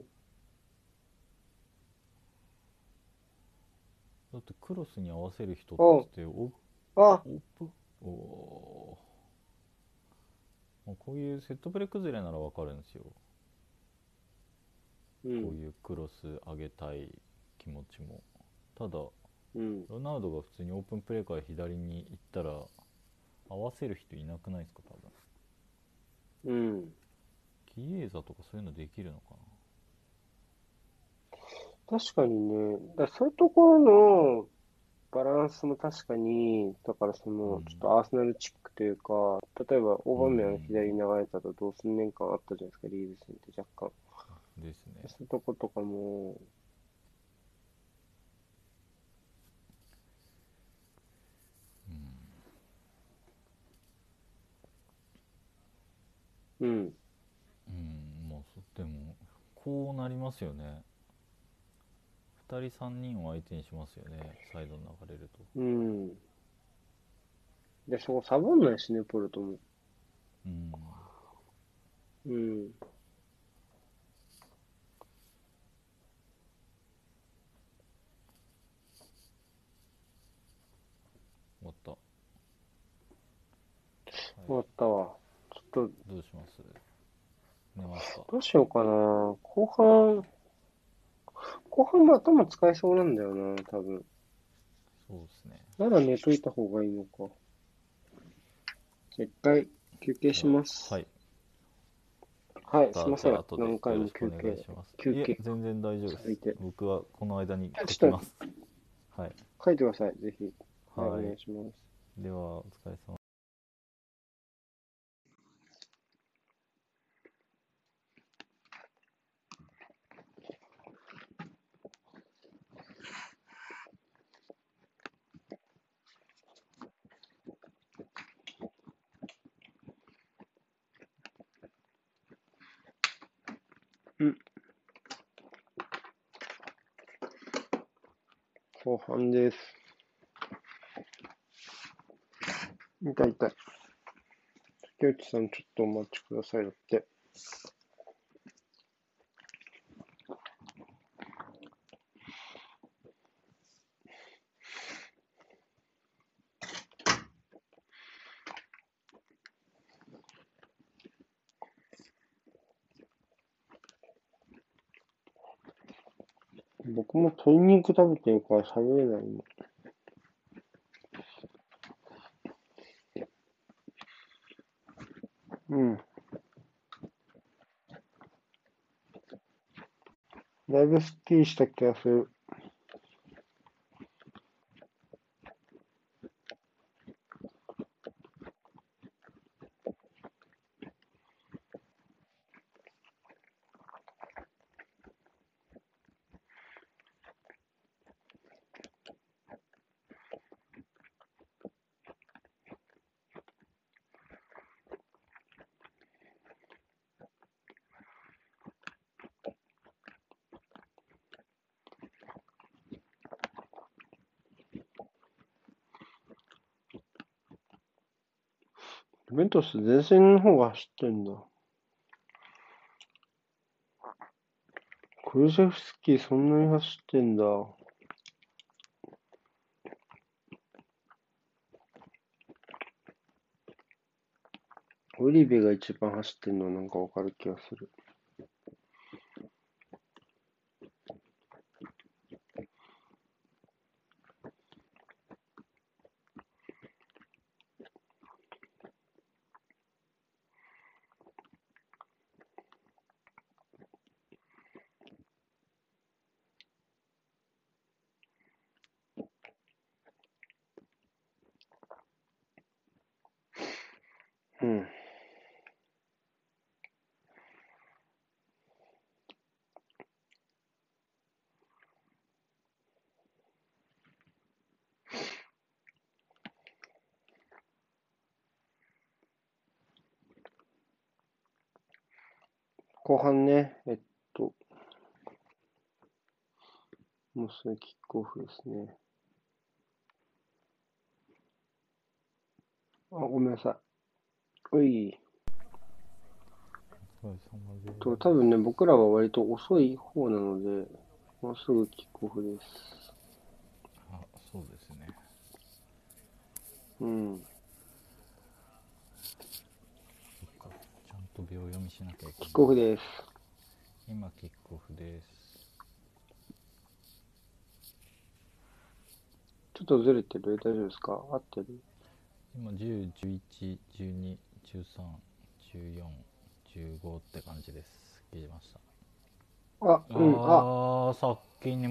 だってクロスに合わせる人っう。おう、 てあ、 オープン、おー、こういうセットプレー崩れならわかるんですよ。 うん、 こういうクロス上げたい気持ちも。ただうん、 ロナウドが普通にオープンプレーから左に行ったら合わせる人いなくないですか多分。 うん。 キエーザとかそういうのできるのか確かにね、そういうところのバランスも確かに、だからそな。うの、ちょっん。 とアーセナルチックというか、例えば、オうーバーメアンん。 左に流れたと同数年間あったじゃないですか、リーズ戦って若干。 ですね。 そういうとことかも、うん、 うん。もうでもこうなりますよね。2人3人を相手にしますよね、サイドに流れると。 うん。で、そこサボんないしね、ポルトも。 うん。 うん。 終わった。はい。 終わったわ。ちょっと、 どうします？寝ますか？ どうしようかな。後半も頭使いそうなんだよな、多分。 そうですね。 なら寝といた方がいいのか。じゃあ一回休憩じゃあ、 します。 はい。 はい、 またじゃあすいません。 後で何回もよろしくお休憩、 願いします。 休憩、 いえ、全然大丈夫です。 最低。 僕はこの間にじゃあちょっと書きます。はい。 書いてください、ぜひ。はい、おはい。 願いします。 ではお疲れ様。 うん、後半です。痛い痛い。竹内さん、ちょっとお待ちくださいだって。僕も鶏肉食べてるから喋れないの。うん。だいぶスッキリした気がする。ユベントス前線の方が走ってんだ。クルシェフスキーそんなに走ってんだ。ウリベが一番走ってんのはなんかわかる気がする。 うん。後半ね、と、もうすぐキックオフですね。あ、ごめんなさい。うい。 お疲れ様で多分ね、僕らは割と遅い方なので、もうすぐキックオフです。 あ、そうですね。 うん。 そっか。ちゃんと秒読みしなきゃいけキッないんだ。 クオフです。 今キックオフです。 ちょっとずれてる？大丈夫ですか？合ってる？ 今10、11、12、13、14、15って感じです。切りました。 あ、うん、あ、 先に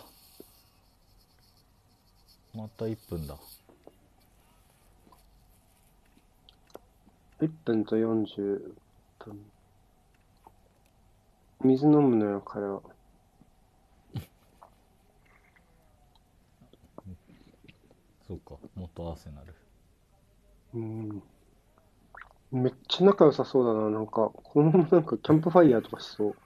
また1分だ。 1分と40分。水飲むのよ、彼は。 そうか、元アーセナル。 うん。めっちゃ仲良さそうだな。なんか、このままなんかキャンプファイヤーとかしそう。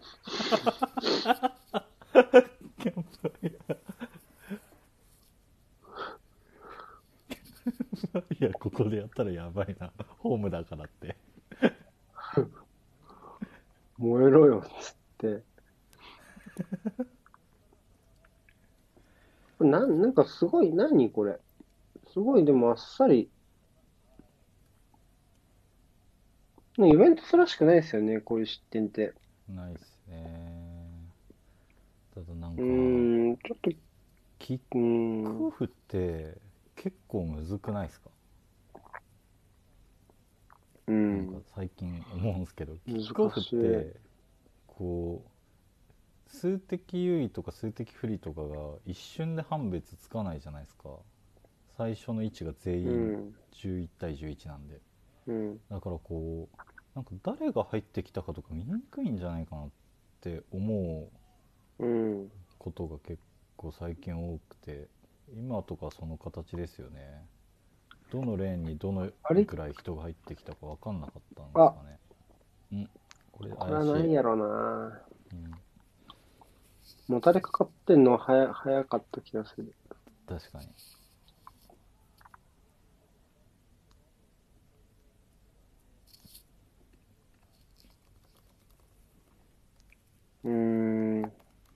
いや、ここでやったらやばいな。ホームだからって。 燃えろよ、つって。なんかすごい、何これ。すごい、でもあっさり。イベントスらしくないですよね、こういう失点って。 ないっすね。ただなんか、 ちょっと、 キッうーん、 クオフって結構むずくないですか？ うなんかん、 最近思うんですけど、キッ難クオフっしい。 てこう数的優位とか数的不利とかが一瞬で判別つかないじゃないですか。最初の位置が全員うん、 11対11なんで。 うん、 だからこうなんか誰が入ってきたかとか見にくいんじゃないかなって思ううん。 ことが結構最近多くて、今とかその形ですよね。どのレーンにどのあれ、 ぐらい人が入ってきたか分かんなかったんですあ、 かね。これこれは怪しい。 ないやろな。 うん、 もたれかかってんのは早かった気がする。 確かに。 うーん。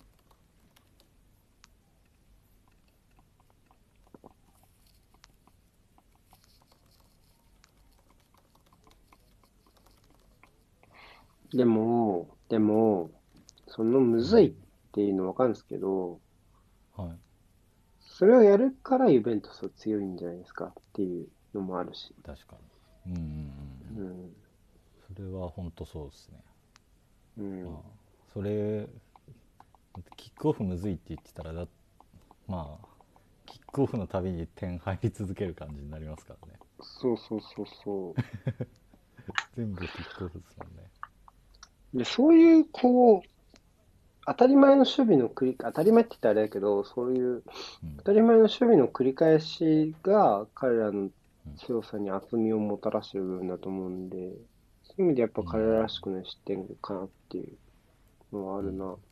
でも、そのむうん、 ずいっていうのわかるんですけど、 はい。 それをやるからユベントスは強いんじゃないですかっていうのもあるし。 確かに。うんうんうんうん。 うん。 それは本当そうですね。 うん。 まあそれキックオフむずいって言ってたらまあキックオフのたびに点入り続ける感じになりますからね。 そうそうそうそ全部キックオフですもんね。 う。で、そういう、当たり前の守備の当たり前って言ったらあれだけど、そういううん、 当たり前の守備の繰り返しが彼らのうん、 強さに厚みをもたらしてる部分だと思うんで、そういう意味でやっぱうん、 彼ららしくない失点かなっていうのはあうん。 るな。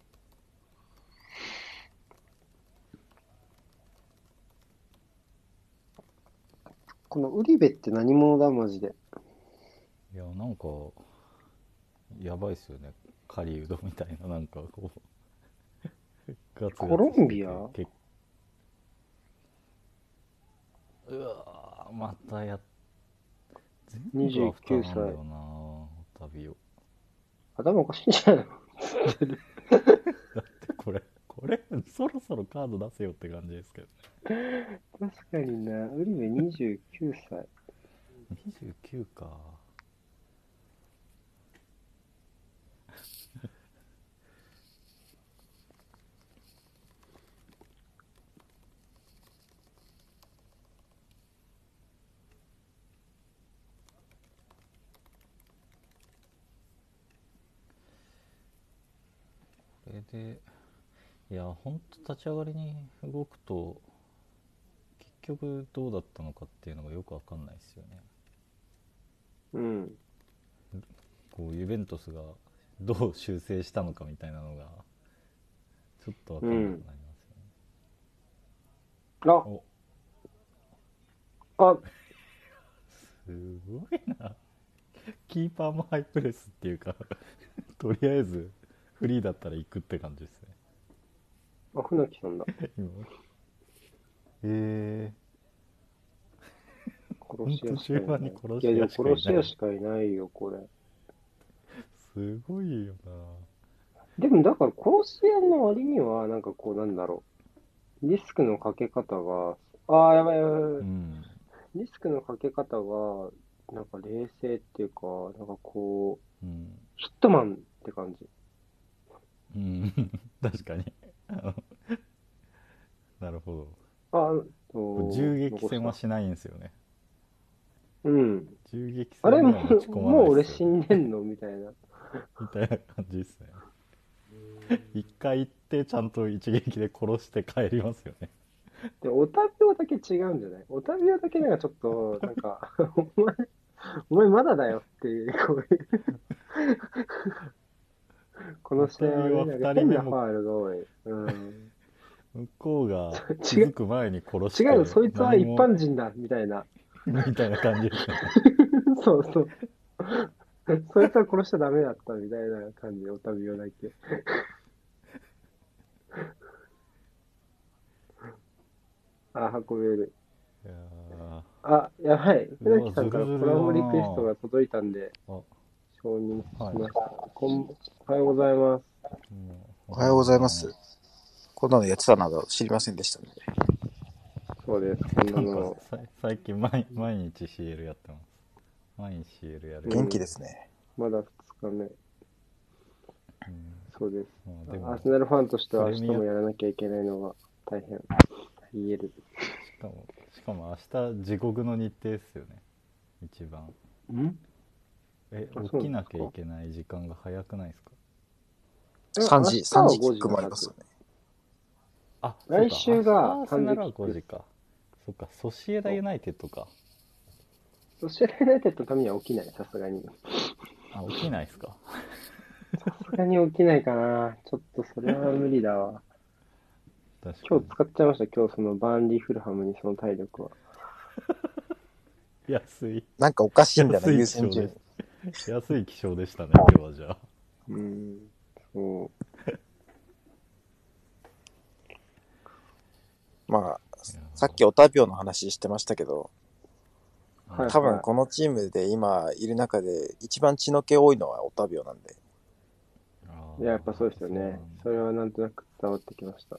このウリベって何者だ、マジで。 いやなんかやばいっすよね。狩人みたいな、なんかこうガツガコロツしてンビア？ てうわーまた全部アフタ 29 ーなんだ歳。 よな、オタビオ。 頭おかしいんじゃないの？ これそろそろカード出せよって感じですけどね。 確かにな。ウリベ29歳。 29か。 れで、いや、ほんと立ち上がりに動くと、結局どうだったのかっていうのがよくわかんないですよね。 うん。 こうユベントスがどう修正したのかみたいなのがちょっとわかんなくうん。 なりますよね。 あ、 お、 あ、 すごいな。キーパーもハイプレスっていうかとりあえずフリーだったら行くって感じですね。 船木さんだ。 今えほん殺し屋と中盤しかいない。 に殺いや、でもし屋しかい殺し屋ない。 しかいないよ、これ。 すごいよな。 でも、だから殺し屋の割には、なんかこう、なんだろう。リスクのかけ方が、ああ、やばいやばいやばい。 うん。 リスクのかけ方が、なんか冷静っていうか、なんかこう、 うん。 ヒットマンって感じ。 うん。確かに。なるほど。 あ、 こう銃撃残した。 戦はしないんですよね。 うん。 銃撃あれも戦には持ち込まなもう俺いですよね。 死んでんのみたいな。 みたいな感じですね。一回行ってちゃんと一撃で殺して帰りますよね。 で、オタビオだけ違うんじゃない？オタビオだけなんかちょっと、なんかお前まだだよっていう、こういう、こオの試タビオは合はね、なんか 2人目も変なファールが多い。うん。 向こうが気違う、 づく前に殺し違うよ、 てそいつは一何も般人だ、みたいな。 みたいな感じですよね。 そうそう。そいつは殺しちゃダメだったみたいな感じ、オタビオだけ。あ、運べる。 いやあ、やばい。 ー、うわ、 船木さんからズルズルだコラボリクエストな。 が届いたんで、 あ、 承認はい。 しました。おはようございます。 おおはようはようございございます。 ます。 こんなのやってたなど知りませんでしたね。 そうです。こんななんかの。 最近毎日 CL やってます。毎日 CL やるよう元気になって。 ですね。 まだ2日目。 うん。 そうです。 まあでもアーセナルファンとしては明日プレミア、 もやらなきゃいけないのが大変。言える。 しかも明日地獄の日程ですよね。一番。 あ、 起きなきゃいそうなんですか？ けない時間が早くないですか？ 3時、 明日 3 は5 時キック時のはず。 もありますよね。 あ、そう来か。明日週が3 アーセナルは5 時キック。 時か。そっか。ソシエダユナイテッドか。 ソシエダユナイテッドのためには起きない、さすがに。 あ、起きないっすか。 さすがに起きないかな。ちょっとそれは無理だわ。 確かに。 今日使っちゃいました、今日そのバーンリー・フルハムにその体力は。 安い。 なんかおかしいんだよな、 安い優気象で先順位。 す。安い気象でしたね、今日はじゃあ。 そう。 まあ、 いやさっきオタビオの話してましたけど、 ー、 はいは多分このチームで今いる中で一番血の気多いのはオタビオなんで。 い。いや、やっぱそうですよそうなんね。 だ。 それはなんとなく伝わってきました。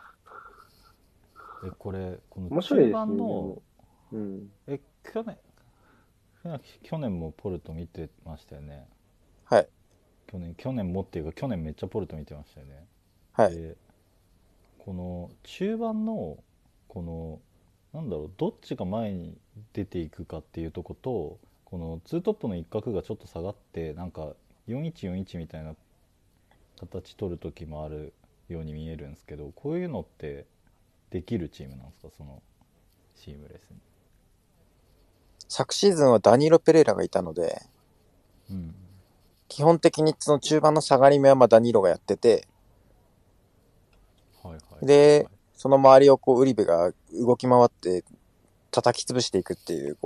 この面白いですね、 中盤の、 でも。うん。 去年、去年もポルト見てましたよね。 はい。 去年もっていうか、去年めっちゃポルト見てましたよね。 はい。 で、この中盤の、この、なんだろう、どっちが前に出ていくかっていうとこと、このツートップの一角がちょっと下がって、なんか4141みたいな形取る時もあるように見えるんですけど、こういうのってできるチームなんですか、そのシームレスに。 昨シーズンはダニーロ・ペレイラがいたので、 うん。 基本的にその中盤の下がり目はダニーロがやってて、 はいはいはい、はい。 で、その周りをウリベが動き回って叩き潰していくっていう、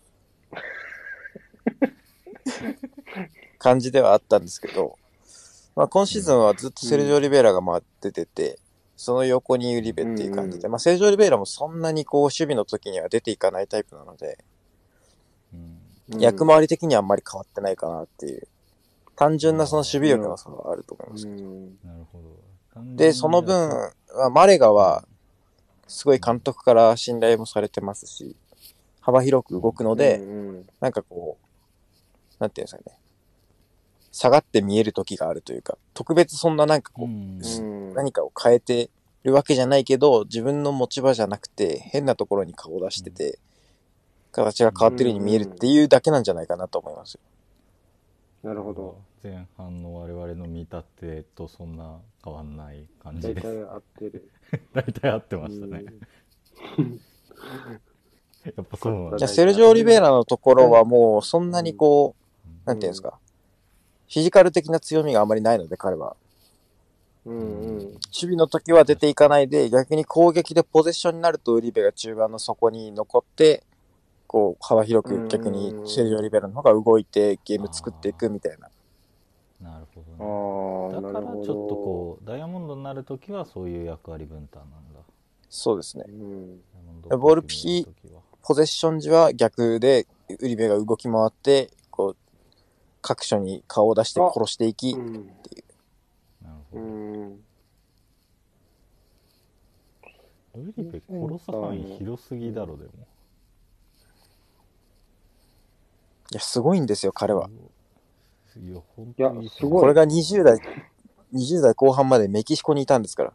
感じではあったんですけど、まあ今シーズンはずっとセルジオ・オリベイラが回っててて、その横にウリベっていう感じで、まあセルジオ・オリベイラもそんなに守備の時には出ていかないタイプなので、役回り的にはあんまり変わってないかなっていう、単純なその守備力の差はあると思いますけど。 なるほど。 で、その分、マレガは、すごい監督から信頼もされてますし、幅広く動くので、なんかなんていうんですかね、下がって見える時があるというか、特別そんななんか何かを変えてるわけじゃないけど、自分の持ち場じゃなくて、変なところに顔を出してて、、形が変わってるように見えるっていうだけなんじゃないかなと思いますよ。 なるほど。 前半の我々の見立てとそんな変わんない感じです。 大体合ってる。 大体合ってましたね。やっぱそうなんだ。 いや、セルジョ・オリベイラのところはもうそんなにこう、 うんなんていうんですか、フィジカル的な強みがあまりないので、彼は。 うんうん。 守備の時は出ていかないで、逆に攻撃でポゼッションになるとウリベが中盤の底に残って、こう、幅広く逆にセルジョ・オリベイラの方が動いてゲーム作っていくみたいな。 なるほあどね。 あ、 だなるほからちょっとど。 こうダイヤモンドになるときはそういう役割分担なんだ。 そうですね。 うん。 ダイヤモンドボールっぽく見えるピときは。 ポゼッション時は逆で、ウリベが動き回って、こう、各所に顔を出して殺していき、 うん。 なるほど。 うん。 ウリベ殺す範囲広すぎだろでも。 いや、すごいんですよ、彼は。 いや、本いや当にいいっすね。 すごいこれが20代後半までメキシコにいたんですから。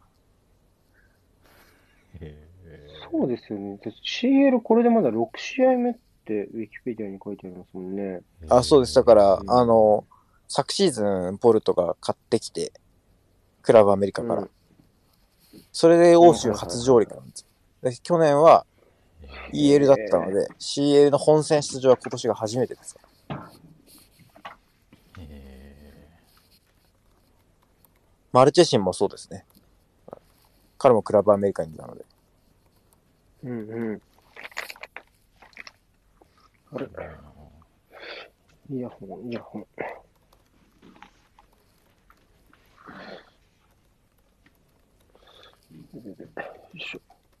へそうですよね。CL これでまだ6試合目ってウィキペディアに書いてありますもんね。 あ、そうです。だから、 うん昨シーズン、ポルトが買ってきて、クラブアメリカから。 うんそれで欧州初上陸なんですよ。で去年は EL だったので、CL の本戦出場は今年が初めてですよ。マルチェシンもそうですね。彼もクラブアメリカにいたので。 うんうん。あれイヤホン。よいしょ。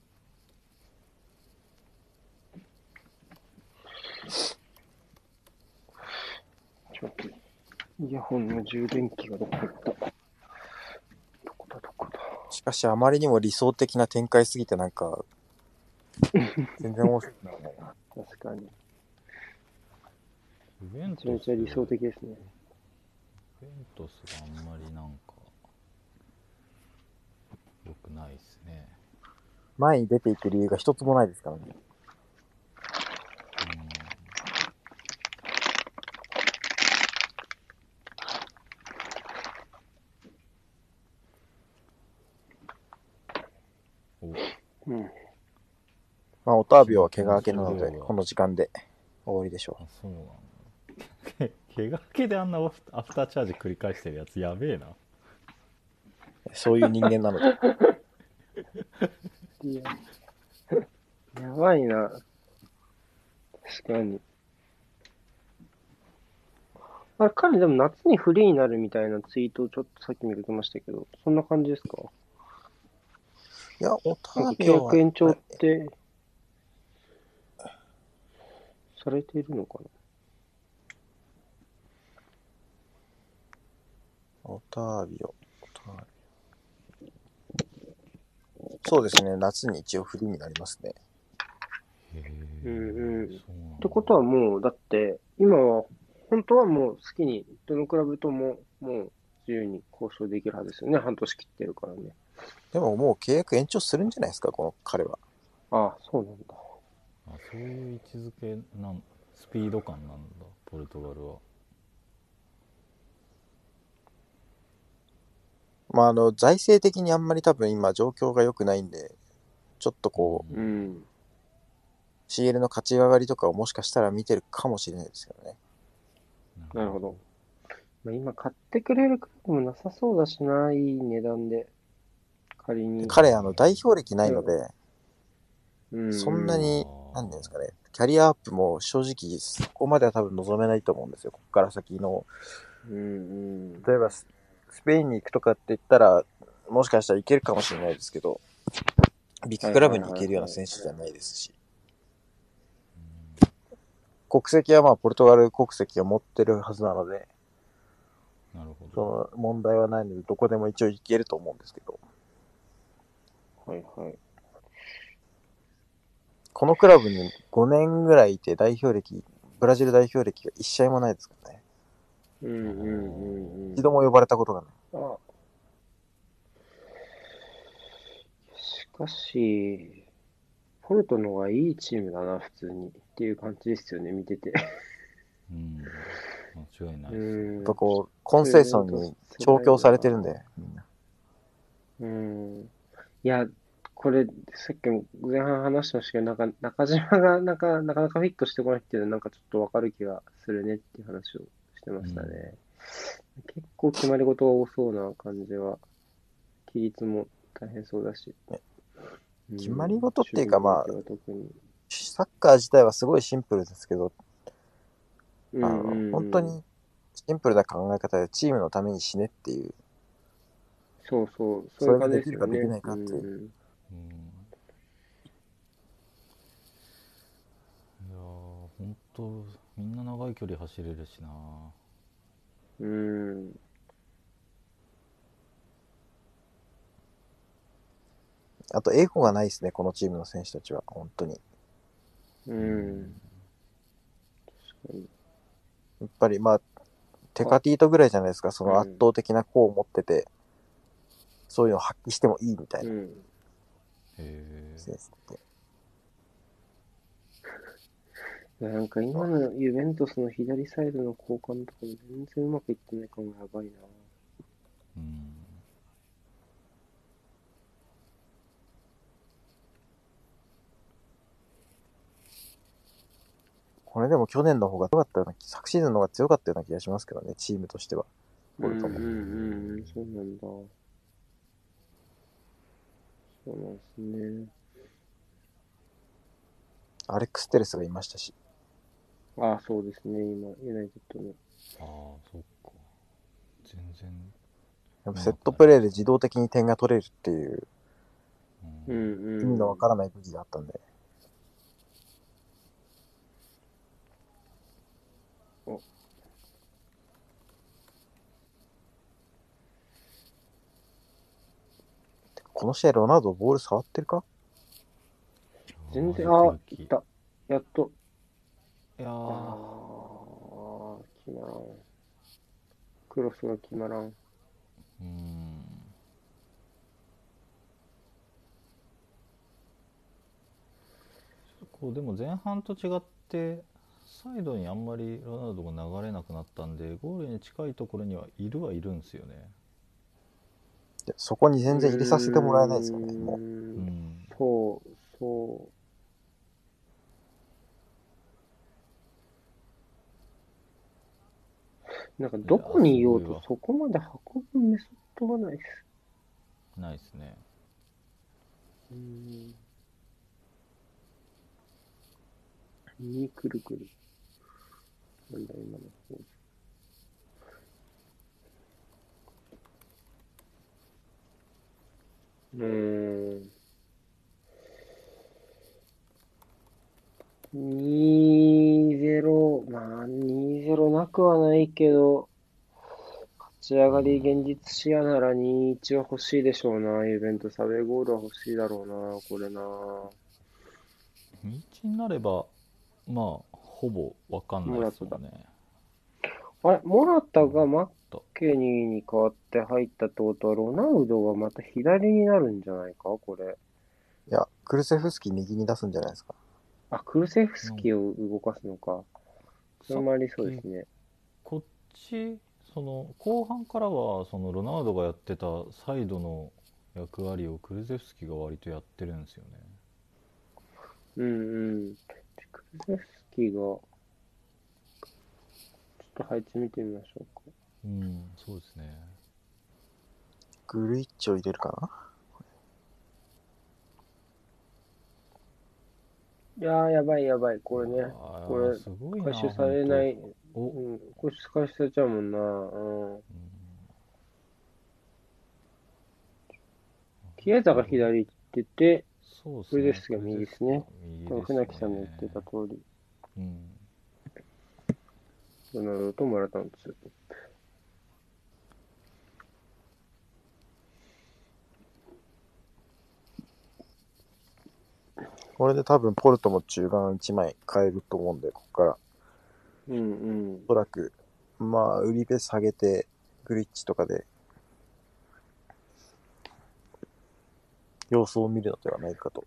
ちょっと、イヤホンの充電器がどこ行った？どこだ。 しかしあまりにも理想的な展開すぎてなんか、全然面白くないな。 確かに。 ユベンめちゃめトスちゃ理想的ですね。 ユベントスがあんまりなんか良くないですね。 前に出ていく理由が一つもないですからね。 うん。 まあ、オタービオは怪我明けなので、この時間で終わりでしょあ、そうなんだ。怪我明けであんなアフターチャージ繰り返してるやつやべえな。 う。そういう人間なので。 いや、やばいな。確かに。あれ、彼でも夏にフリーになるみたいなツイートをちょっとさっき見かけましたけど、そんな感じですか？ いや、オタなんか契ービオは、 約延長ってされているのかな？ オタービオ。そうですね、夏に一応フリーになりますね。 ってことはもう、だって、今は、本当はもう好きに、どのクラブとも、もう自由に交渉できるはずですよね。半年切ってるからね。 でももう契約延長するんじゃないですか、この彼は。 ああ、そうなんだ。 あ、そういう位置づけスピード感なんだ、ポルトガルは。 まあ、財政的にあんまり多分今状況が良くないんで、ちょっとこう、CL の勝ち上がりとかをもしかしたら見てるかもしれないですけどね。 なるほど。まあ、今買ってくれるクラブもなさそうだしな、いい値段で。仮に。 彼、代表歴ないので、そんなに、なんていうんですかね、キャリアアップも正直そこまでは多分望めないと思うんですよ。ここから先の。例えばスペインに行くとかって言ったら、もしかしたらいけるかもしれないですけど、ビッグクラブに行けるような選手じゃないですし。国籍はまあポルトガル国籍を持ってるはずなので、 なるほど。 その問題はないので、どこでも一応行けると思うんですけど。 はいはい。 このクラブに5年ぐらいいてブラジル代表歴が1試合もないですからね。一度も呼ばれたことがない。 しかし、ポルトの方がいいチームだな、普通に。っていう感じですよね、見てて。 間違いないです。 やっぱこう、コンセーションに調教されてるんで、みんな。 いや、これ、さっきも前半話してましたけど、中島がなかなかフィットしてこないっていうのは、なんかちょっとわかる気がするねっていう話をしてましたね。結構決まり事が多そうな感じは、規律も大変そうだし。 決まり事っていうか、まあ、 特にサッカー自体はすごいシンプルですけど、本当にシンプルな考え方でチームのために死ねっていう、 そういうそれが感じできるかできですよね。 ないかっていう。 いやー、ほんとみんな長い距離走れるしな。 あと、エゴがないですね、このチームの選手たちは、本当に。 確かに。 やっぱり、まあ、テカティートぐらいじゃないですか、その圧倒的な個を持ってて、そういうのを発揮してもいいみたいな。選手ってなんか今のユベントスの左サイドの交換とかも全然うまくいってない感がやばいな。 これでも去年の方が強かったような、昨シーズンの方が強かったような気がしますけどね、チームとしては。 そうなんだ。そうなんですね。 アレックス・テレスがいましたし。 ああ、そうですね、今、ユナイテッドの。 ああ、そっか。全然。 やっぱセットプレーで自動的に点が取れるっていう、意味のわからない武器があったんで。この試合、ロナウドボール触ってるか？ 全然、いった。やっと。 いや決まらん。クロスが決まらん。 こうでも前半と違ってサイドにあんまりロナウドが流れなくなったんで、ゴールに近いところにはいるんですよね。 そこに全然入れさせてもらえないですよね、もう。 そう。なんかどこにいようとそこまで運ぶメソッドがないっす。 ないっすね。 右くるくる。なんだ今のポーズ。2-0、まあ2-0なくはないけど、勝ち上がり現実視野なら2-1は欲しいでしょうな。イベントサベゴールは欲しいだろうな、これな。 2-1になれば、まあ、ほぼわかんないですもんね。 あれ、モラタがマッケニーに代わって入ったってことは、ロナウドがまた左になるんじゃないかこれ。 いや、クルセフスキー右に出すんじゃないですか。 あ、クルセフスキーを動かすのか。それもありそうですね。 こっち、その後半からはそのロナウドがやってたサイドの役割をクルゼフスキが割とやってるんですよね。 クルゼフスキがちょっと配置見てみましょうか。 そうですね。 グルイッチを入れるかな。 いやー、やばい。これね。これ、回収されない。これ回収されちゃうもんな。キエザが左行ってて、クルゼフスキが右ですね。船木さんの言ってた通り。ロナウドとモラタのツートップ。 これで多分ポルトも中盤1枚変えると思うんで、ここから。おそらく、まあ、売りベ下げて、グリッチとかで、様子を見るのではないかと。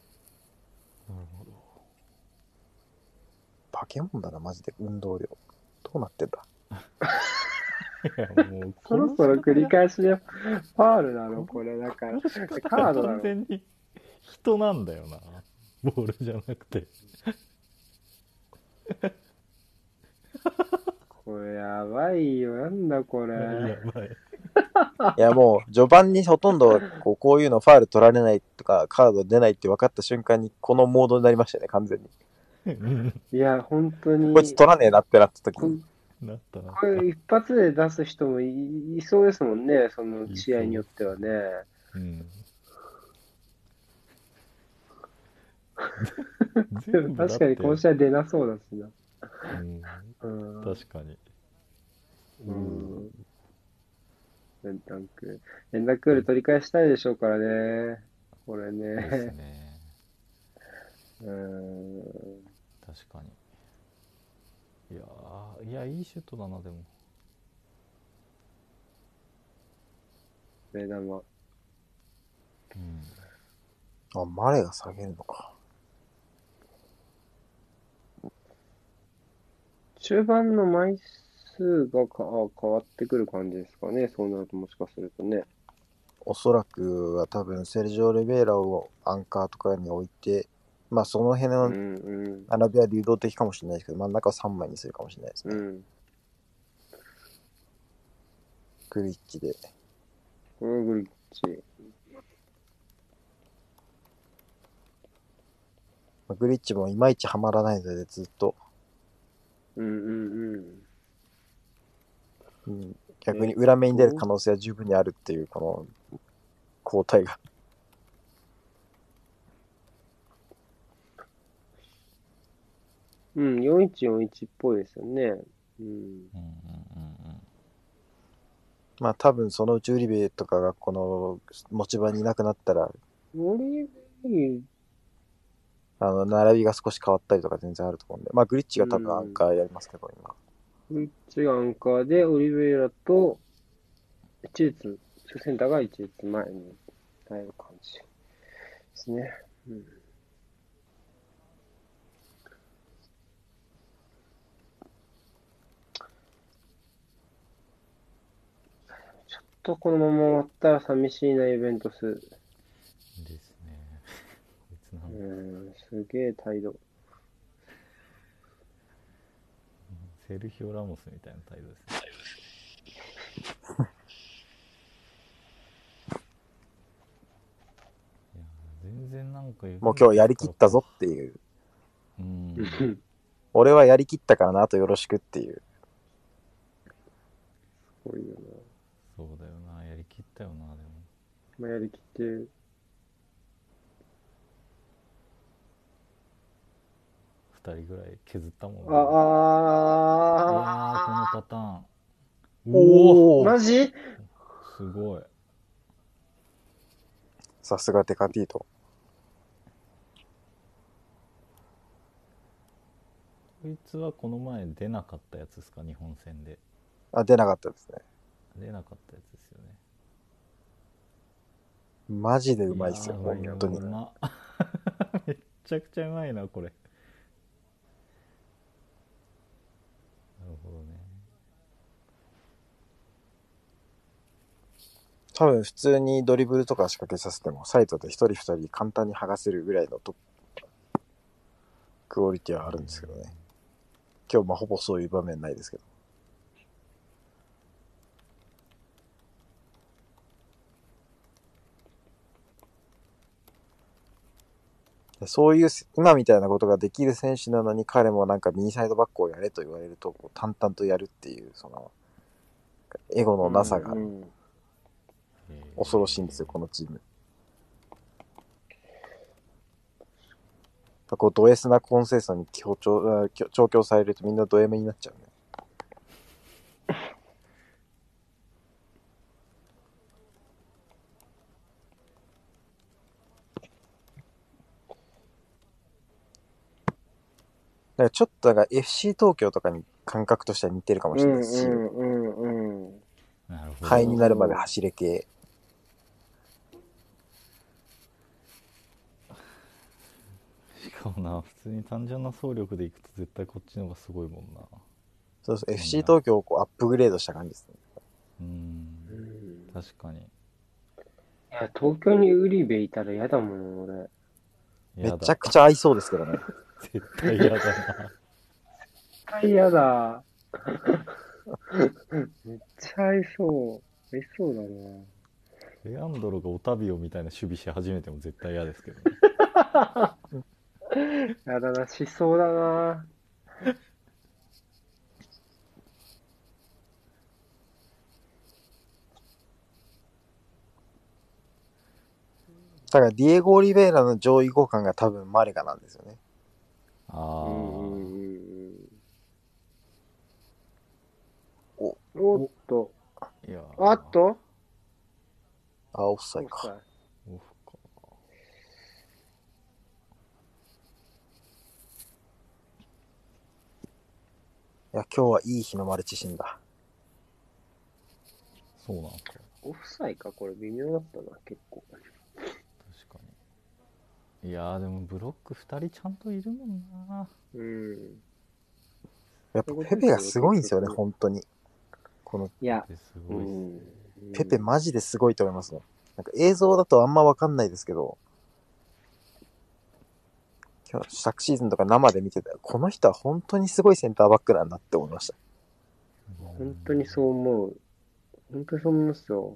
なるほど。 化け物だな、マジで、運動量。 どうなってんだ。 いやもうそろそろ繰り返しでファールなのこれ。だから、 殺し方カがードなの。 完全に人なんだよな、ボールじゃなくて。 これやばいよ。なんだこやれ。 ばい。 いやもう、序盤にほとんどこういうのファール取られないとか、カード出ないって分かった瞬間に、このモードになりましたね、完全に。 いや、本当こいつに、 取らねえなってなった時こに。 なったなっこれ一発で出す人もいそうですもんね。そのた。 試合によってはね。 うん。 でも全部だっ確かにこのて、 試合出なそうだしな。 うん、 うん。 確かに。 うおん。連絡。連絡来る取り返したいでしょうからね。これーですね。 ね。 うん。 確かに。いやいいシュートだなでも。 目玉。 うん。 あ、マレが下げるのか。 中盤の枚数が変わってくる感じですかね。そうなるともしかするとね。 おそらくは多分セルジオ・レベーラをアンカーとかに置いて、まあその辺のうんうん。 並びは流動的かもしれないですけど、真ん中を3枚にするかもしれないですね。 うん。 グリッチで。 これグリッチ。 グリッチもいまいちはまらないのでずっと、 うんうんうん。 うん、逆に裏目に出る可能性は十分にあるっていうこの交代が。 うん、4141っぽいですよね。うん。 うんうんうんまあ多分そのうちウリベとかがこの持ち場にいなくなったら、 オリベイ並びが少し変わったりとか全然あると思うんで、まあグリッチが多分アンうん。 カーやりますけど、今。 グリッチがアンカーで、オリベイラと一列、センターが一列前に入る感じですね。うん。ちょっとこのまま終わったら寂しいな、イベントス。 ですね。こいつなんだ。 すげえ態度。 セルヒオ・ラモスみたいな態度ですね。いや全然なんかもう今日やりきったぞっていう。 うん。 俺はやりきったからな、あとよろしくっていう。 すごいよそうだよな、やりきったよなでも。 な。まあ、やりきってる。 2人ぐらい削ったもんね。いやーこのパターン。おおマジ？ すごい。 さすがデカティート。 こいつはこの前出なかったやつですか、日本戦で。 あ、出なかったですね。 出なかったやつですよね。 マジでうまいっすよ、 やばいな、 本当に。 うまめっちゃくちゃうまいなこれ。なるほどね。 多分普通にドリブルとか仕掛けさせても、サイドで一人二人簡単に剥がせるぐらいのクオリティはあるんですけどね。今日ほぼそういう場面ないですけど。そういう、今みたいなことができる選手なのに、彼もなんか右サイドバックをやれと言われると、淡々とやるっていう、その、エゴのなさが恐ろしいんですよ、このチーム。こうド S なコンセンサに調教されるとみんなド M になっちゃうね。だからちょっとFC 東京とかに感覚としては似てるかもしれないし、 なるほど。 ハイになるまで走れ系。 しかもな、普通に単純な走力でいくと絶対こっちの方がすごいもんな。 そうそう、FC 東京をこうアップグレードした感じですね。 確かに。 いや、東京にウリベいたら嫌だもん、俺。 めちゃくちゃ合いそうですけどね。 絶対嫌だな。 絶対嫌だ。めっちゃ合いそう。合いそうだな。 レアンドロがオタビオみたいな守備し始めても絶対嫌ですけどね。 やだな、しそうだな。 だからディエゴ・オリベイラの上位互換が多分マレガなんですよね。 ああ。 おっと。 いやあっとあ、オフサイドか。 オフか。 いや、今日はいい日のマルチシンだ。 そうなんか。 オフサイか、これ微妙だったな、結構。 確かに。いやーでもブロック2人ちゃんといるもんな。 やっぱペペがすごいんですよね、本当に。このいや、 すごいっすね。 ペペマジですごいと思いますね。なんか映像だとあんまわかんないですけど、今日昨シーズンとか生で見てたら、この人は本当にすごいセンターバックなんだって思いました。 本当にそう思う。本当にそう思いますよ。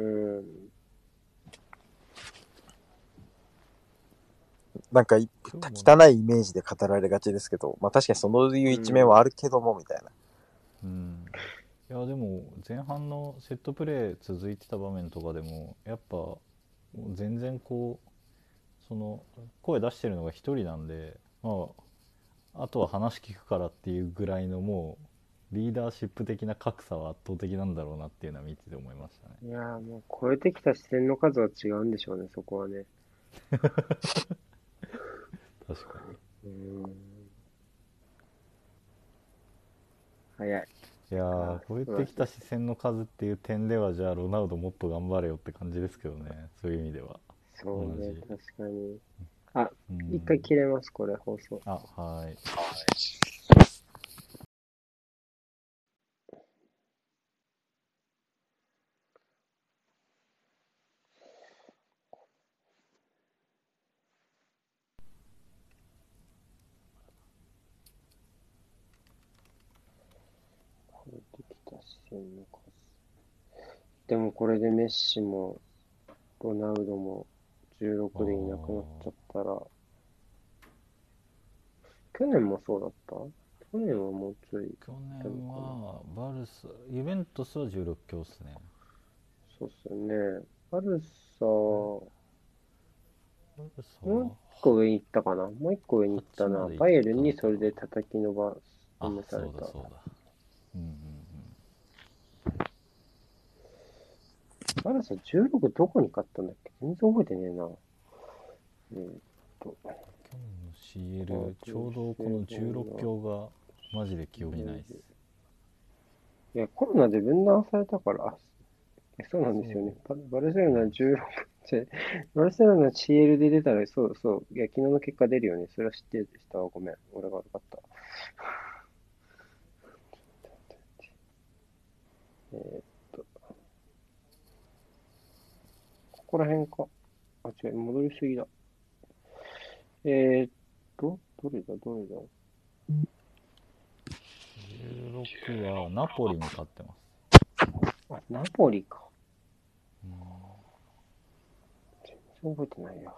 なんか汚いイメージで語られがちですけど、まあ確かにそういう一面はあるけども、みたいな。 いやでも前半のセットプレー続いてた場面とかでもやっぱ全然こうその声出してるのが一人なんで、まああとは話聞くからっていうぐらいのもうリーダーシップ的な格差は圧倒的なんだろうなっていうのは見てて思いましたね。 いやーもう超えてきた視線の数は違うんでしょうね、そこはね。 確か早い。 に。いやー超えてきた視線の数っていう点ではじゃあロナウドもっと頑張れよって感じですけどね、そういう意味では。 そうね、 同じ。 確かに。あ、一回切れます、これ、放送。 あ、はい。 超えてきた視線の数。でもこれでメッシも、ロナウドも16でいなくなっちゃったら、去年もそうだった？去年はもうちょい。 去年はバルサ、ユベントスは16強っすね。 そうっすよね。バルサ、もバルサう一は個上に行ったかな。もう一個上に行ったな。バイエルンにそれで叩き伸ばあ、 された。 そうだ。 バルサ16どこに勝ったんだっけ？全然覚えてねえな。 去年の CL、ちょうどこの16強がマジで記憶にないです。 いや、コロナで分断されたから、そうなんですよね。バルセロナ16、バルセロナ CL で出たら、そうそう。いや、昨日の結果出るよね。それは知ってるでしたわ。ごめん。俺が悪かった。ここら辺か。あ、違う。戻りすぎだ。どれだ 16はナポリに勝ってます。 あ、ナポリか。全然覚えてないや。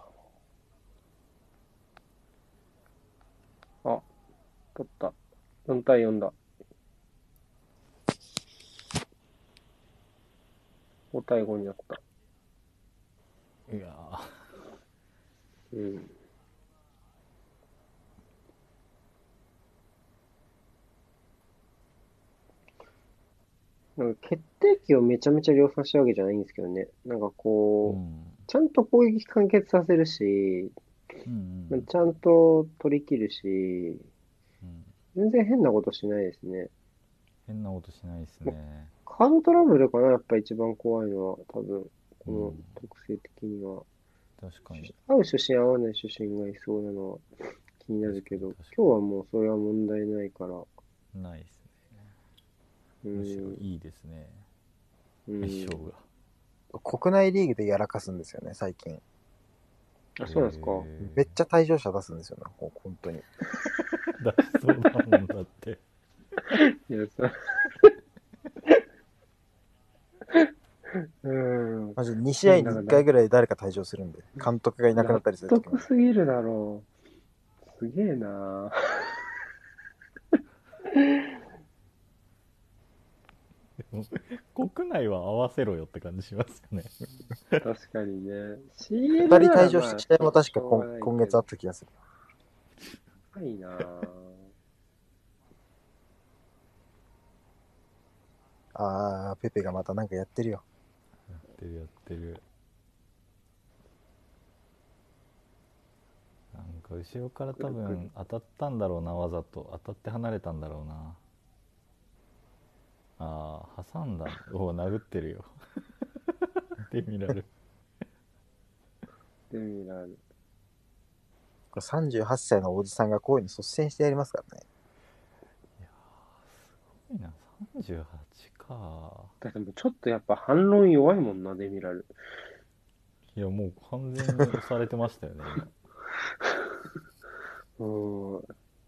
あ、取った。4対4だ。5対5になった。 いやなんか決定機をめちゃめちゃ量産したわけじゃないんですけどね。なんかこう、ちゃんと攻撃完結させるし、ちゃんと取り切るし、全然変なことしないですね。 変なことしないですね。 カードトラブルかな、やっぱ一番怖いのは、多分、この特性的には。 確かに。 合う出身、合わない出身がいそうなのは気になるけど、今日はもうそれは問題ないから。 ないですね。 むしろいいですね、メッショーが。 国内リーグでやらかすんですよね、最近。 あ、そうなんですか。 めっちゃ退場者出すんですよね、本当に。 出しそうだもんだって。 いや、 マジ2試合に1回ぐらい誰か退場するんで、監督がいなくなったりするときも。 納得すぎるだろう。すげえな国内は合わせろよって感じしますよね。 確かにね。 2人退場した試合も確か今月あった気がする。 高いなペペがまたなんかやってるよ。 やってる。なんか後ろから多分当たったんだろうな、わざと。当たって離れたんだろうな。挟んだ。殴ってるよ。デミラル。 デミラル。 これ38歳のおじさんがこういうの率先してやりますからね。 いやー、すごいな。38か。 だってもうちょっとやっぱ反論弱いもんな、デミラル。 いや、もう完全に押されてましたよね、 うん。も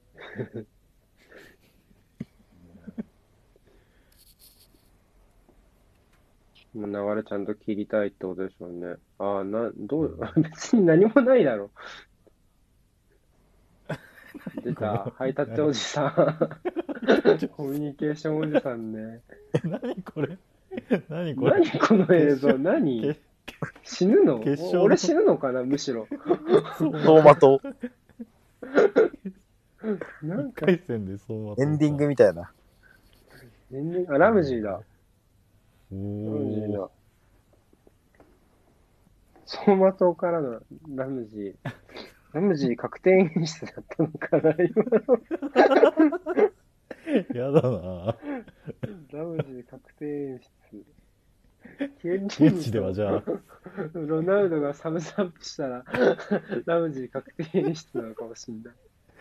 う流れちゃんと切りたいってことでしょうね。別に何もないだろ。出た、ハイタッチおじさん。コミュニケーションおじさんね。 何これ何この映像何死ぬの俺死ぬのかなむしろ。 走馬灯。 なんか1回戦で走馬灯。 エンディングみたいな。 ラムジーだ。ラおムジーだ。走馬灯からのラムジー。ラムジー確定演出だったのかな今の。 やだな。 ラムジー確定演出。 現地ではじゃあロナウドがサムズアップしたらラムジー確定演出なのかもしれない。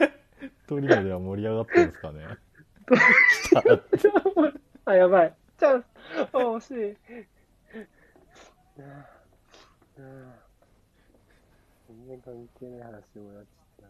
トリノでは盛り上がってるんですかね。 あ、やばい。チャンス。惜しい。全然関係ない話にもなっちゃった。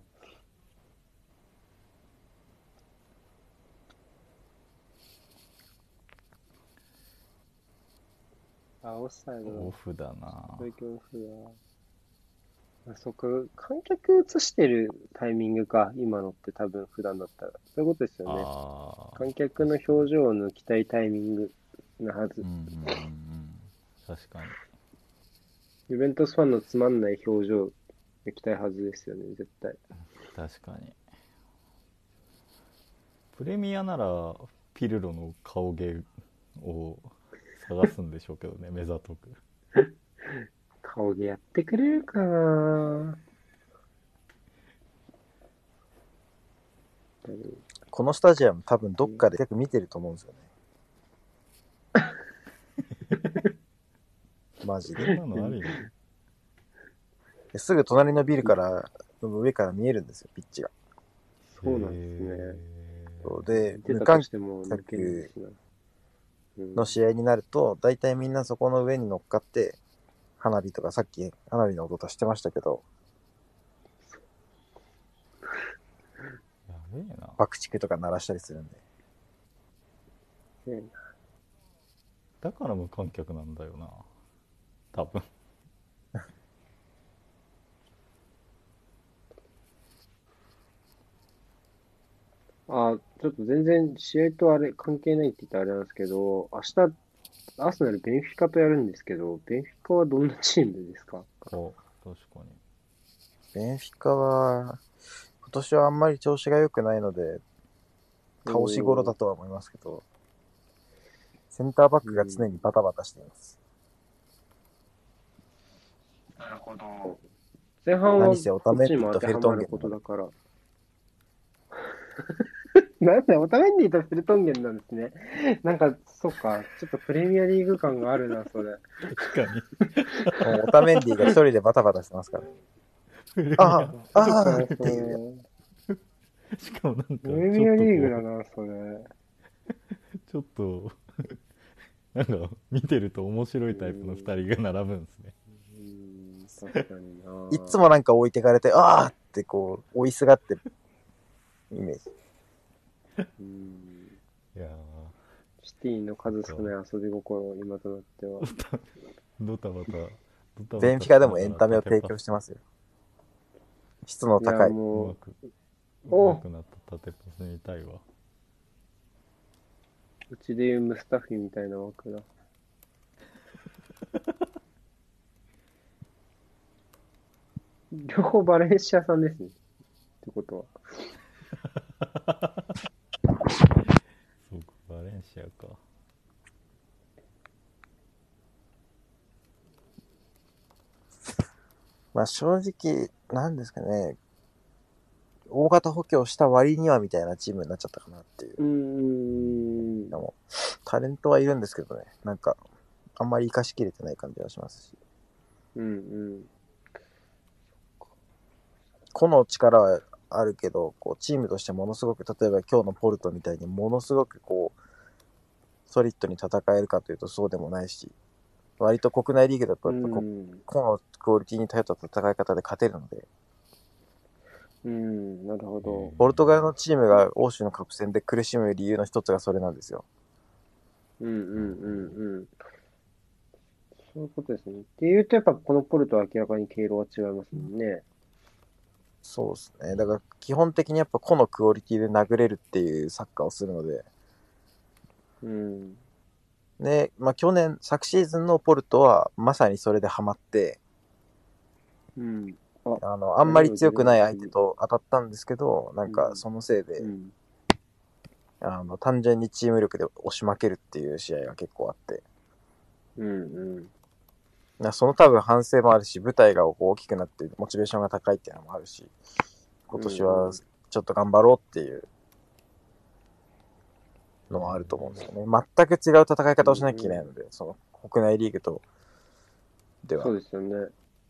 オフサイドだ。 オフだな。 オフだ。そっか、観客映してるタイミングか、今のって多分普段だったら。そういうことですよね。観客の表情を抜きたいタイミングなはず。 確かに。 ユベントスファンのつまんない表情抜きたいはずですよね、絶対。 確かに。プレミアならピルロの顔芸を探すんでしょうけどね、目ざとく。 顔芸やってくれるかな。 このスタジアム多分どっかで結構見てると思うんですよね。マジで。すぐ隣のビルから上から見えるんですよ、ピッチが。 そうなんですね。 で、無観客の試合になると、大体みんなそこの上に乗っかって、花火とか、さっき花火の音してましたけど、 やべえな。 爆竹とか鳴らしたりするんで。 だから無観客なんだよな、多分。 ちょっと全然試合とあれ関係ないって言ったらあれなんですけど、明日、アーセナルベンフィカとやるんですけど、ベンフィカはどんなチームですか？ 確かに。 ベンフィカは、今年はあんまり調子が良くないので、倒し頃だとは思いますけど、センターバックが常にバタバタしています。 なるほど。前半はこっちも当てはまることだから。なんだ、オタメンディとフェルトンゲンなんですね。なんか、そっか、ちょっとプレミアリーグ感があるな、それ。 確かに。 オタメンディが一人でバタバタしてますから。っていう。 しかもなんかプレミアリーグだな、それ。 ちょっとなんか見てると面白いタイプの2人が並ぶんですね。 確かにな。 いつもなんか置いてかれて、あーってこう、追いすがってるイメージ。 いやシティの数少ない遊び心、今となっては。 ドタバタベンフィカでもエンタメを提供してますよ。質の高い。 うもまくなった縦パス見たいわ。 うちでいうムスタフィみたいな枠だ。両方バレンシアさんですね。ってことは。 そうか、バレンシアか。 まあ正直、なんですかね、大型補強した割にはみたいなチームになっちゃったかなっていう。でもタレントはいるんですけどね、なんか、あんまり活かしきれてない感じはしますし。個の力はあるけど、こうチームとしてものすごく、例えば今日のポルトみたいにものすごくこう、ソリッドに戦えるかというとそうでもないし、割と国内リーグだとやっぱ個のクオリティに頼った戦い方で勝てるので。 なるほど。 ポルトガルのチームが欧州のカップ戦で苦しむ理由の一つがそれなんですよ。 そういうことですね。っていうとやっぱこのポルトは明らかに経路は違いますもんね。 そうですね。だから基本的にやっぱ個のクオリティで殴れるっていうサッカーをするので。で、まあ昨シーズンのポルトはまさにそれでハマって、あんまり強くない相手と当たったんですけど、なんかそのせいで、単純にチーム力で押し負けるっていう試合が結構あって。その多分反省もあるし、舞台が大きくなってモチベーションが高いっていうのもあるし、今年はちょっと頑張ろうっていうのもあると思うんですよね。全く違う戦い方をしなきゃいけないので、その国内リーグとでは。 そうですよね。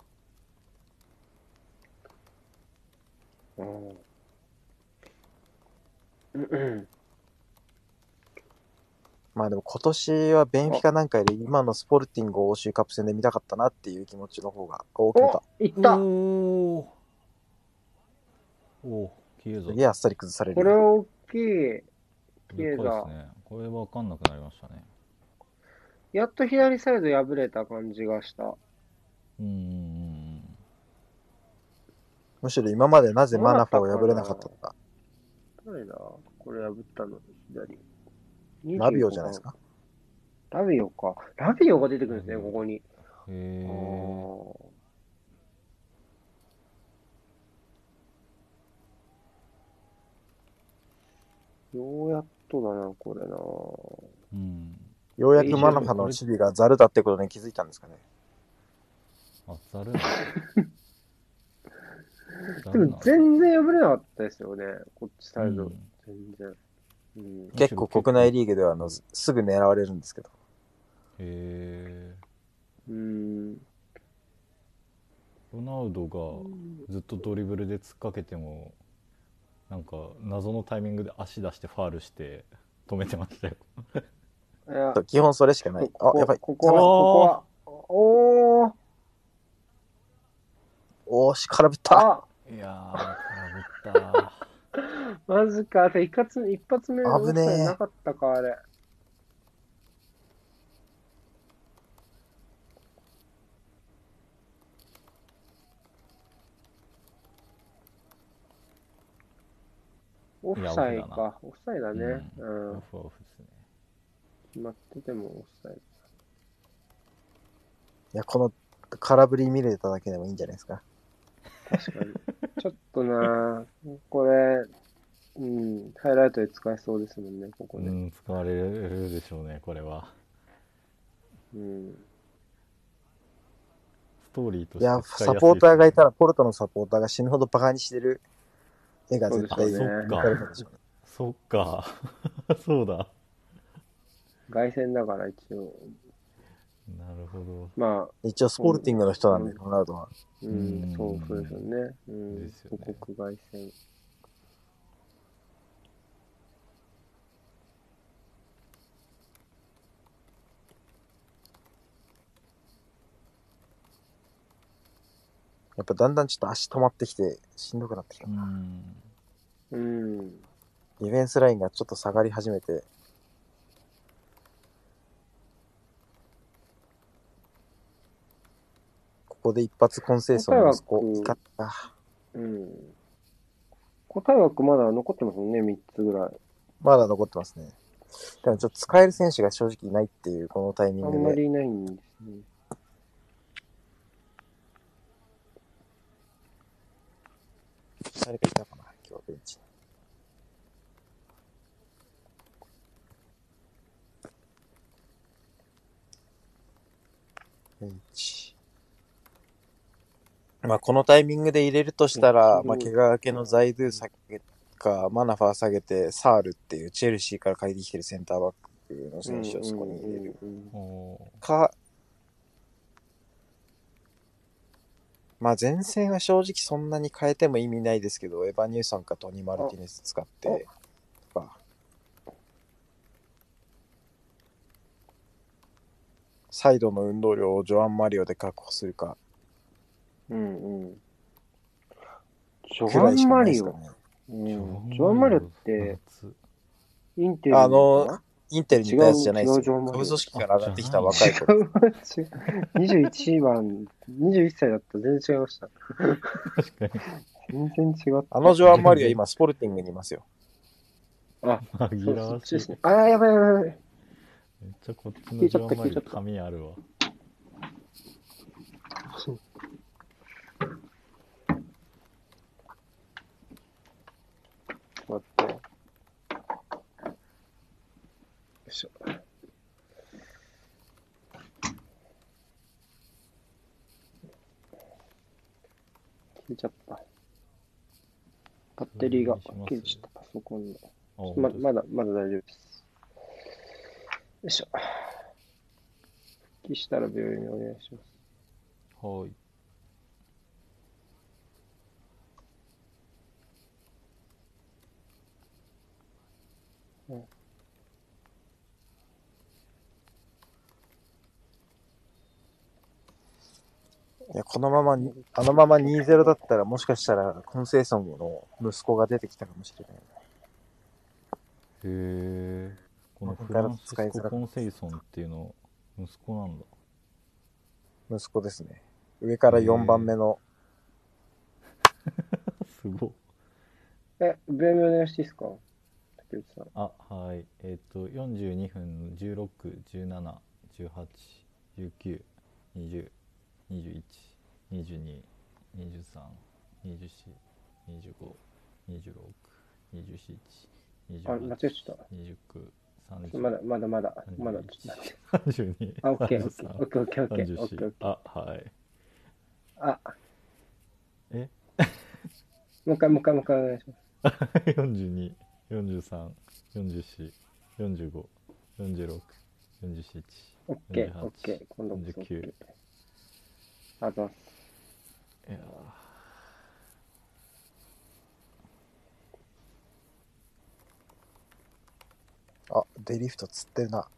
まあでも今年はベンフィカなんかより今のスポルティングを欧州カップ戦で見たかったなっていう気持ちの方が大きかった。 いったお消えすげえあっさり崩される。 これは大きい。 でかいですね。これ分かんなくなりましたね。 やっと左サイド破れた感じがした。 むしろ今までなぜマナフォを破れなかったのか。 誰だこれ破ったの左。 ラビオじゃないですか。 ラビオか。ラビオが出てくるんですね、ここに。ようやっとだな、これな。 ようやくマナファの守備がザルだってことに気づいたんですかね。 あ、ザルなんだ。 でも全然破れなかったですよね、こっちサイド。全然。 結構国内リーグではすぐ狙われるんですけど。 ロナウドがずっとドリブルで突っかけてもなんか謎のタイミングで足出してファールして止めてましたよ。 基本それしかない。あ、やばい。 ここは。 おーし、空振った。 いやー、空振った。 マジか。一発目のオフサイドなかったか、あれ。オフサイドか。オフサイドだね。 オフですね。 決まっててもオフサイド。 いや、この空振り見れただけでもいいんじゃないですか。 確かに。ちょっとなこれ、ハイライトで使えそうですもんね、ここで。 使われるでしょうね、これは。ストーリーとして使いやすいですね。 サポーターがいたら、ポルトのサポーターが死ぬほどバカにしてる絵が絶対抜かれるでしょうね。そっか。そうだ。 凱旋だから一応。 なるほど。 まあ。 一応スポルティングの人なんで、ロナウドは。 そうですよね。母国凱旋。 やっぱだんだんちょっと足止まってきて、しんどくなってきた。 うん。 ディフェンスラインがちょっと下がり始めて、ここで一発コンセイソンの息子、光った。 答え枠まだ残ってますもんね、3つぐらい。 まだ残ってますね。でもちょっと使える選手が正直いないっていう、このタイミングで。 あんまりいないんですね。 誰かいたかな、今日はベンチ。ベンチ。まあ、このタイミングで入れるとしたら、まあ、怪我明けのザイドゥ下げか、マナファー下げて、サールっていうチェルシーから借りてきてるセンターバックの選手をそこに入れる。か、まあ、前線は正直そんなに変えても意味ないですけど、エヴァニューソンかトニー・マルティネス使って、とか、サイドの運動量をジョアン・マリオで確保するか。 ジョアン・マリオ。ジョアン・マリオって、インテルインテルにいたやつじゃないですよ。下部組織から上がってきた若い子。 21番、21歳だった。全然違いました。 確かに。 全然違った。 ジョアン・マリオ今スポルティングにいますよ。 紛らわしい。 ですね。やばい。 めっちゃこっちのジョアン・マリオ髪あるわ。 待って。よいしょ。消えちゃった。バッテリーが切れちゃった、パソコンの。まだ大丈夫です。よいしょ。復帰したら病院にお願いします。 はい。 いや、このまま、あのまま 2-0 だったら、もしかしたら、コンセイソンの息子が出てきたかもしれない。 へえ。このフランシスコ・コンセイソンっていうの、息子なんだ。 息子ですね。上から4番目の。 すごっ。 病院お願いしていいですか？竹内さん。 はい。42分16、17、18、19、20、21、22、23、24、25、26、27、28、 間違えちゃった。 29、30。 まだ、ちょっと待って。 32、 オッケー。 はい。 もう一回お願いします。 42、43、44、45、46、47、 オッケー。今度こそ。 49。 いやデリフト釣ってるな。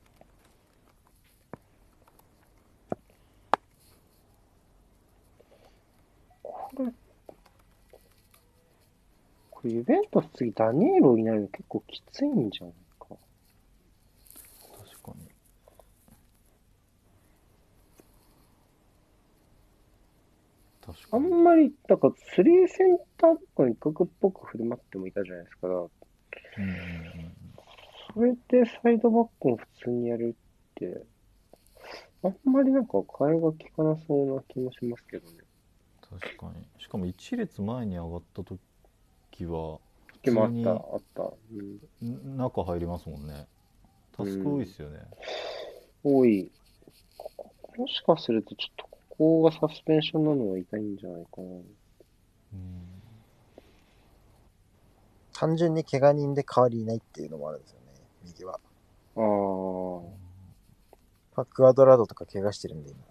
これユベントス次ダニエロいないの結構きついんじゃないか。 確かに。 あんまり、だから3センターとかに角っぽく振る舞ってもいたじゃないですか。それでサイドバックを普通にやるって、あんまりなんか替えが効かなそうな気もしますけどね。 確かに。しかも1列前に上がった時は普通にあった、 中入りますもんね。タスク多いっすよね。 多い。もしかするとちょっとここがサスペンションなのは痛いんじゃないかな。 単純に怪我人で代わりいないっていうのもあるんですよね、右は。クアドラードとか怪我してるんで今。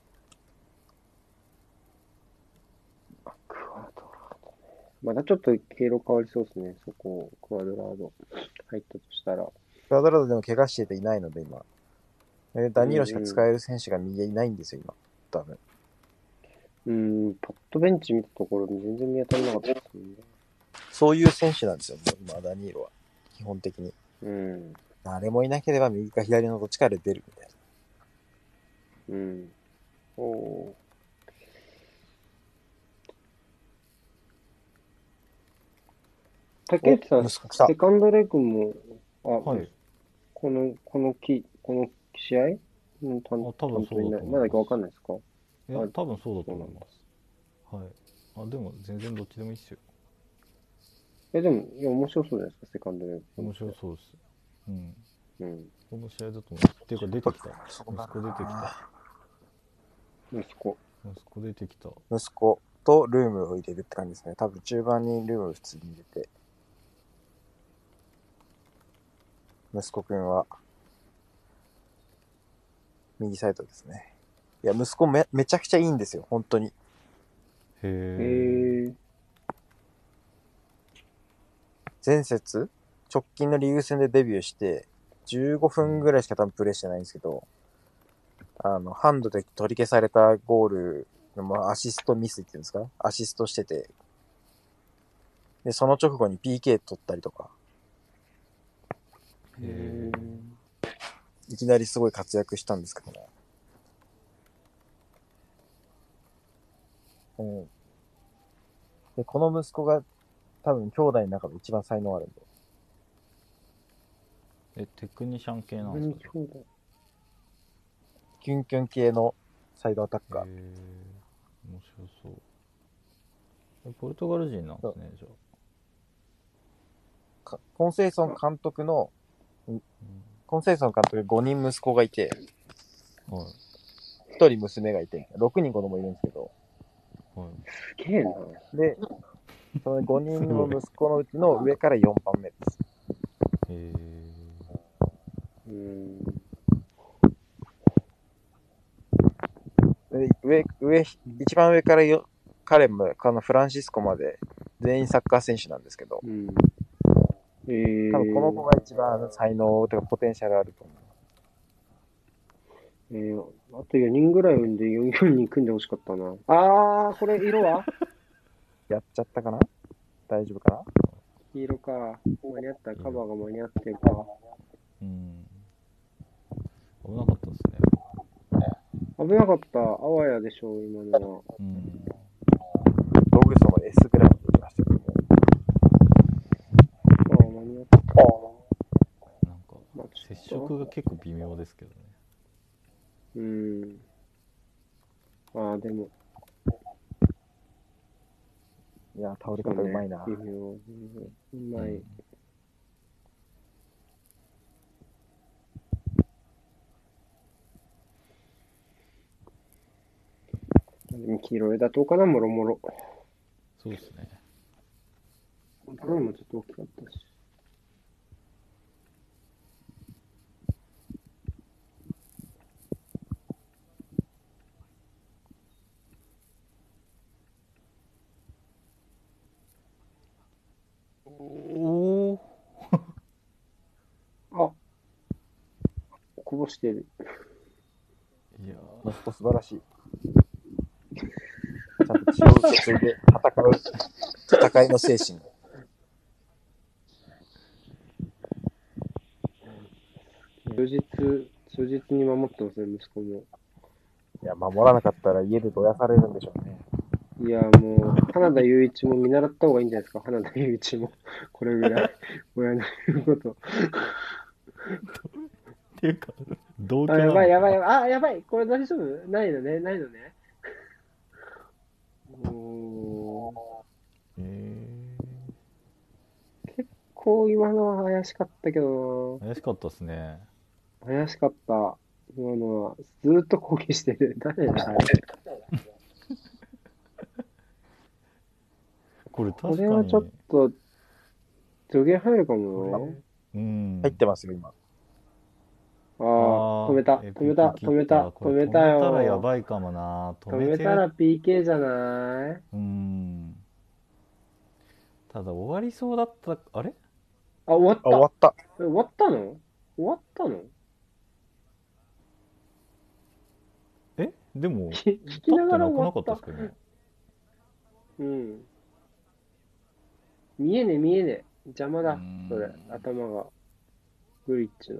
クアドラードね。またちょっと経路変わりそうですね、そこ、クアドラード入ったとしたら。 クアドラードでも怪我してていないので今。ダニーロしか使える選手が右へいないんですよ、今。多分。 パッドベンチ見たところ全然見当たらなかったですね。 そういう選手なんですよ、今、ダニーロは。基本的に。 うん。 誰もいなければ右か左のどっちかで出るみたいな。 うん。おー。竹内さん、 息子来たセ。カンドレグも、 はい。 この試合の担多分そう当いない。 だと思います。 まだかわかんないですか？ いや、 あ、 多分そうだとそうなんだ。 思います。はい。あ、でも全然どっちでもいいっすよ。 でも、いや、面白そうじゃないですか、セカンドレグこの面試合。 白そうです。うん。 うん。 この試合だと思います。っていうか出てきた。 そうだ息子出てきた。 息子。 息子出てきた。 息子とルームを入れるって感じですね。多分中盤にルームを普通に入れて。息子くんは右サイドですね。いや、息子めちゃくちゃいいんですよ、本当に。 へえ。 え前節、直近のリーグ戦でデビューして、15分ぐらいしか多分プレイしてないんですけど、ハンドで取り消されたゴールの、アシストミスっていうんですか、アシストしてて、で、その直後に PK 取ったりとか、 ー。 へいきなりすごい活躍したんですけどね。うん。で、この息子が多分兄弟の中で一番才能あるんで。 え。テクニシャン系なんです何か？ 兄弟？ キュンキュン系のサイドアタッへカー。 え。面白そう。ポルトガル人なんですね、じゃコンセイソン監督の、コンセイソン監督5人息子がいて、 あ。はい。 1人娘がいて、6人子供いるんですけど、 はい。 すげえな。 で、その5人のすごい。 息子のうちの上から4番目です。 へえ。 うーん。 で一番上から彼も、フランシスコまで全員サッカー選手なんですけど、 うん。 多分この子が一番才能とかポテンシャルあると思う。 あと4人ぐらい産んで4人組んでほしかったな。これ色はやっちゃったかな？大丈夫かな？ 黄色か。間に合った。カバーが間に合ってるか。 うん。危なかったですね。 危なかった。あわやでしょう、今のは。 うん。 ログソの S ぐらいまで行きましたけども。 間に合った。 なんか、 まあ、 接ちょっと。 触が結構微妙ですけどね。 うん。でも、 いや、倒れそうね。 方うまいな。 微妙。うまい。 うん。 でも黄色いだとうかな、もろもろ。 そうですね。 トライもちょっと大きかったし。 おお。 あ、こぼしてる。 いや息子素晴らしい。ちゃんと血を受け継いで戦いの精神。 忠実に守ってますね、息子も。 いや、守らなかったら家でどやされるんでしょうね。 いや、もう、花田雄一も見習った方がいいんじゃないですか、花田雄一も。これぐらい。親の言うこと。 っていうか、同居やばい、 なのかな。 やばい、やばい。やばい。これ大丈夫？ないのね、ないのね。こう今のは怪しかったけど怪しかったですね。 な。怪しかった。今のは。ずーっと抗議してる。誰だあれ。 これこれはちょっ確かに、 と、助言入るかこれ、 もうん。 入ってますよ、今。 止めた、 エ止めた、 ピキ切っ止めた、 た。これ止めた止めたらやよ。 ばいかもな。止止めてる。 めたら PK じゃない？ うん。ただ終わりそうだった。あれ？ 終わっ終わた。 った。 終わったの？終わったの？ えでも聞立きながらってなくな終わった。 かったですけどね。 うん。見えねえ見えねえ。邪魔だ。それ。 ん。 頭が。グリッチの。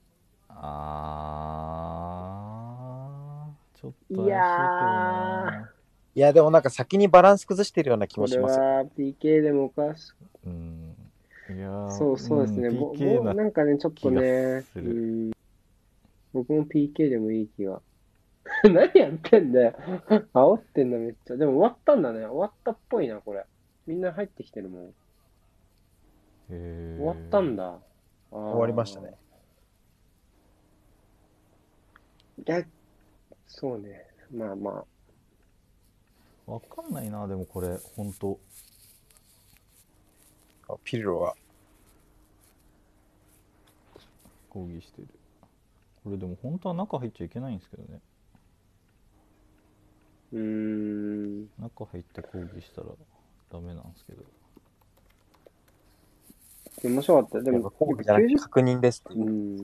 ちょっとい怪しいけどやー、 な。 いや、でもなんか先にバランス崩してるような気これもしますよね。 は PK でもおかしく。 うん。いやー、 そうですね。 PK ななんかね、ちょっと気がね、 する。 僕も PK でもいい気が。何やってんだよ。煽ってんだめっちゃ。でも終わったんだね。終わったっぽいな、これ。みんな入ってきてるもん。終わったんだ。 終わりましたね。 いや、そうね。まあまわかんないな、でもこれ、ほんと。 ピルロが。 抗議してる。これでも本当は中入っちゃいけないんですけどね。中入って抗議したらダメなんですけど。 面白かった。でも、 抗議じゃなくて確認ですっていう。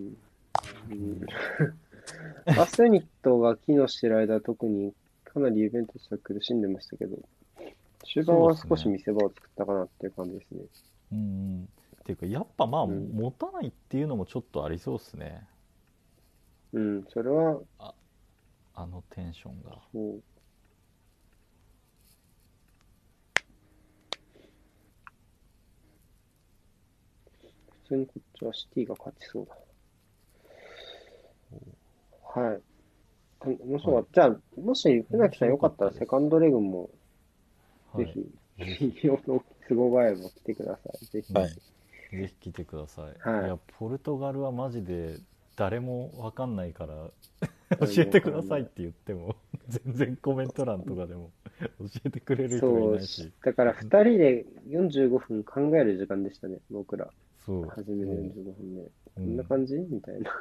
バスユニットが機能してる間は特にかなりユベントスは苦しんでましたけど、終盤は少し見せ場を作ったかなっていう感じですね。 っていうか、やっぱまあ、持たないっていうのもちょっとありそうっすね。 それは。 あのテンションが。 そう。普通にこっちはシティが勝ちそうだ。はい。面白かった。じゃあ、もし船木さんよかったらセカンドレグも、ぜひ、都合が合えば来てください。ぜひ。 ぜひ来てください。いや、ポルトガルはマジで誰もわかんないから教えてくださいって言っても全然コメント欄とかでも教えてくれる人がいないし。 だから2人で45分考える時間でしたね、僕ら。初めの45分で。こんな感じみたいな。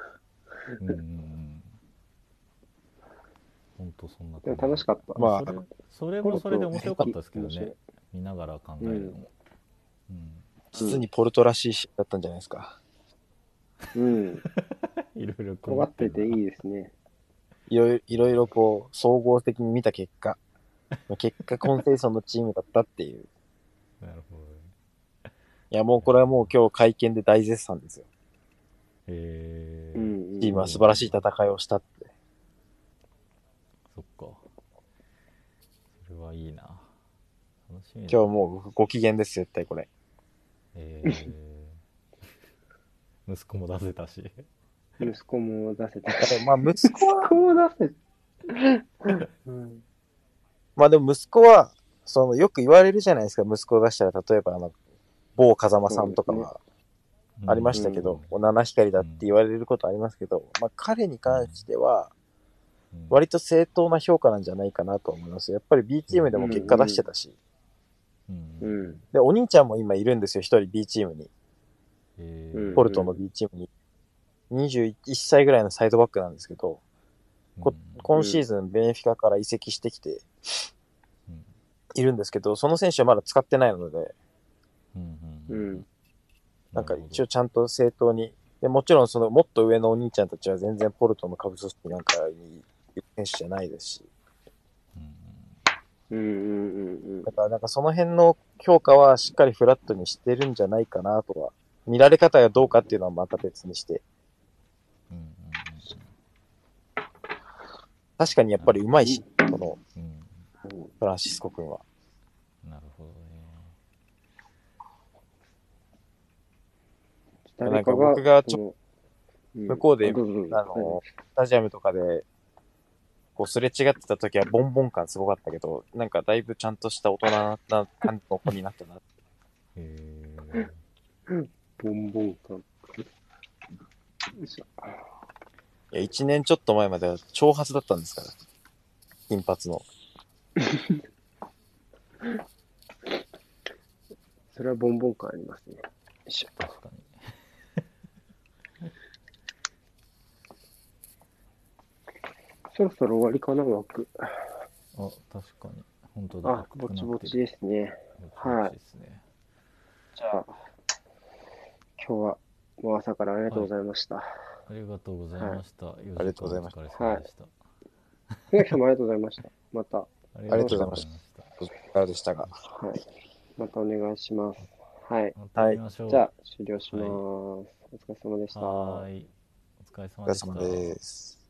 ほんとそんな感じ。 でも楽しかった。 まあ、 それもそれで面白かったですけどね。見ながら考えるのも。 実にポルトらしいシーンだったんじゃないですか。 いろいろ尖ってていいですね。 いろいろこう、総合的に見た結果、コンセンソのチームだったっていう。 なるほどね。 いや、もうこれはもう今日会見で大絶賛ですよ。チームは素晴らしい戦いをしたって。 そっか。それはいいな。楽しみだ。 今日もうご機嫌ですよ、絶対これ。 息子も出せたし。 息子も出せた。 まあ息子も出せまあでも息子は、よく言われるじゃないですか、息子を出したら、例えば某風間さんとかは、ありましたけど、七光だって言われることありますけど、まあ彼に関しては、割と正当な評価なんじゃないかなと思います。やっぱり B チームでも結果出してたし。で、お兄ちゃんも今いるんですよ、一人 B チームに。ポルトの B チームに。21歳ぐらいのサイドバックなんですけど、今シーズンベンフィカから移籍してきているんですけど、その選手はまだ使ってないので、なんか一応ちゃんと正当に、でもちろんもっと上のお兄ちゃんたちは全然ポルトの下部組織なんかにいる選手じゃないですし、だからなんかその辺の評価はしっかりフラットにしてるんじゃないかなとは、見られ方がどうかっていうのはまた別にして、確かにやっぱり上手いし、フランシスコ君は。 なるほどね。 なんか僕が向こうで、スタジアムとかで、こうすれ違ってた時はボンボン感すごかったけど、なんかだいぶちゃんとした大人な感じの子になったな。 ボンボン感。 いや、1年ちょっと前までは長髪だったんですから。金髪の。 それはボンボン感ありますね。よいしょ。 確かに。 そろそろ終わりかな、枠。 確かに。本当だ。 ぼちぼちですね。はい。じゃあ、今日はもう朝からありがとうございました。 ありがとうございました。 ありがとうございました。 はい。 船木さんもありがとうございました。また。 ありがとうございまましたた。 どうからでしたが。 はい。またお願いします。はい。 また会いましょう。 じゃあ、終了します。 はいお疲れ様でした。 はーい。お疲れお疲れ様様でした。 です。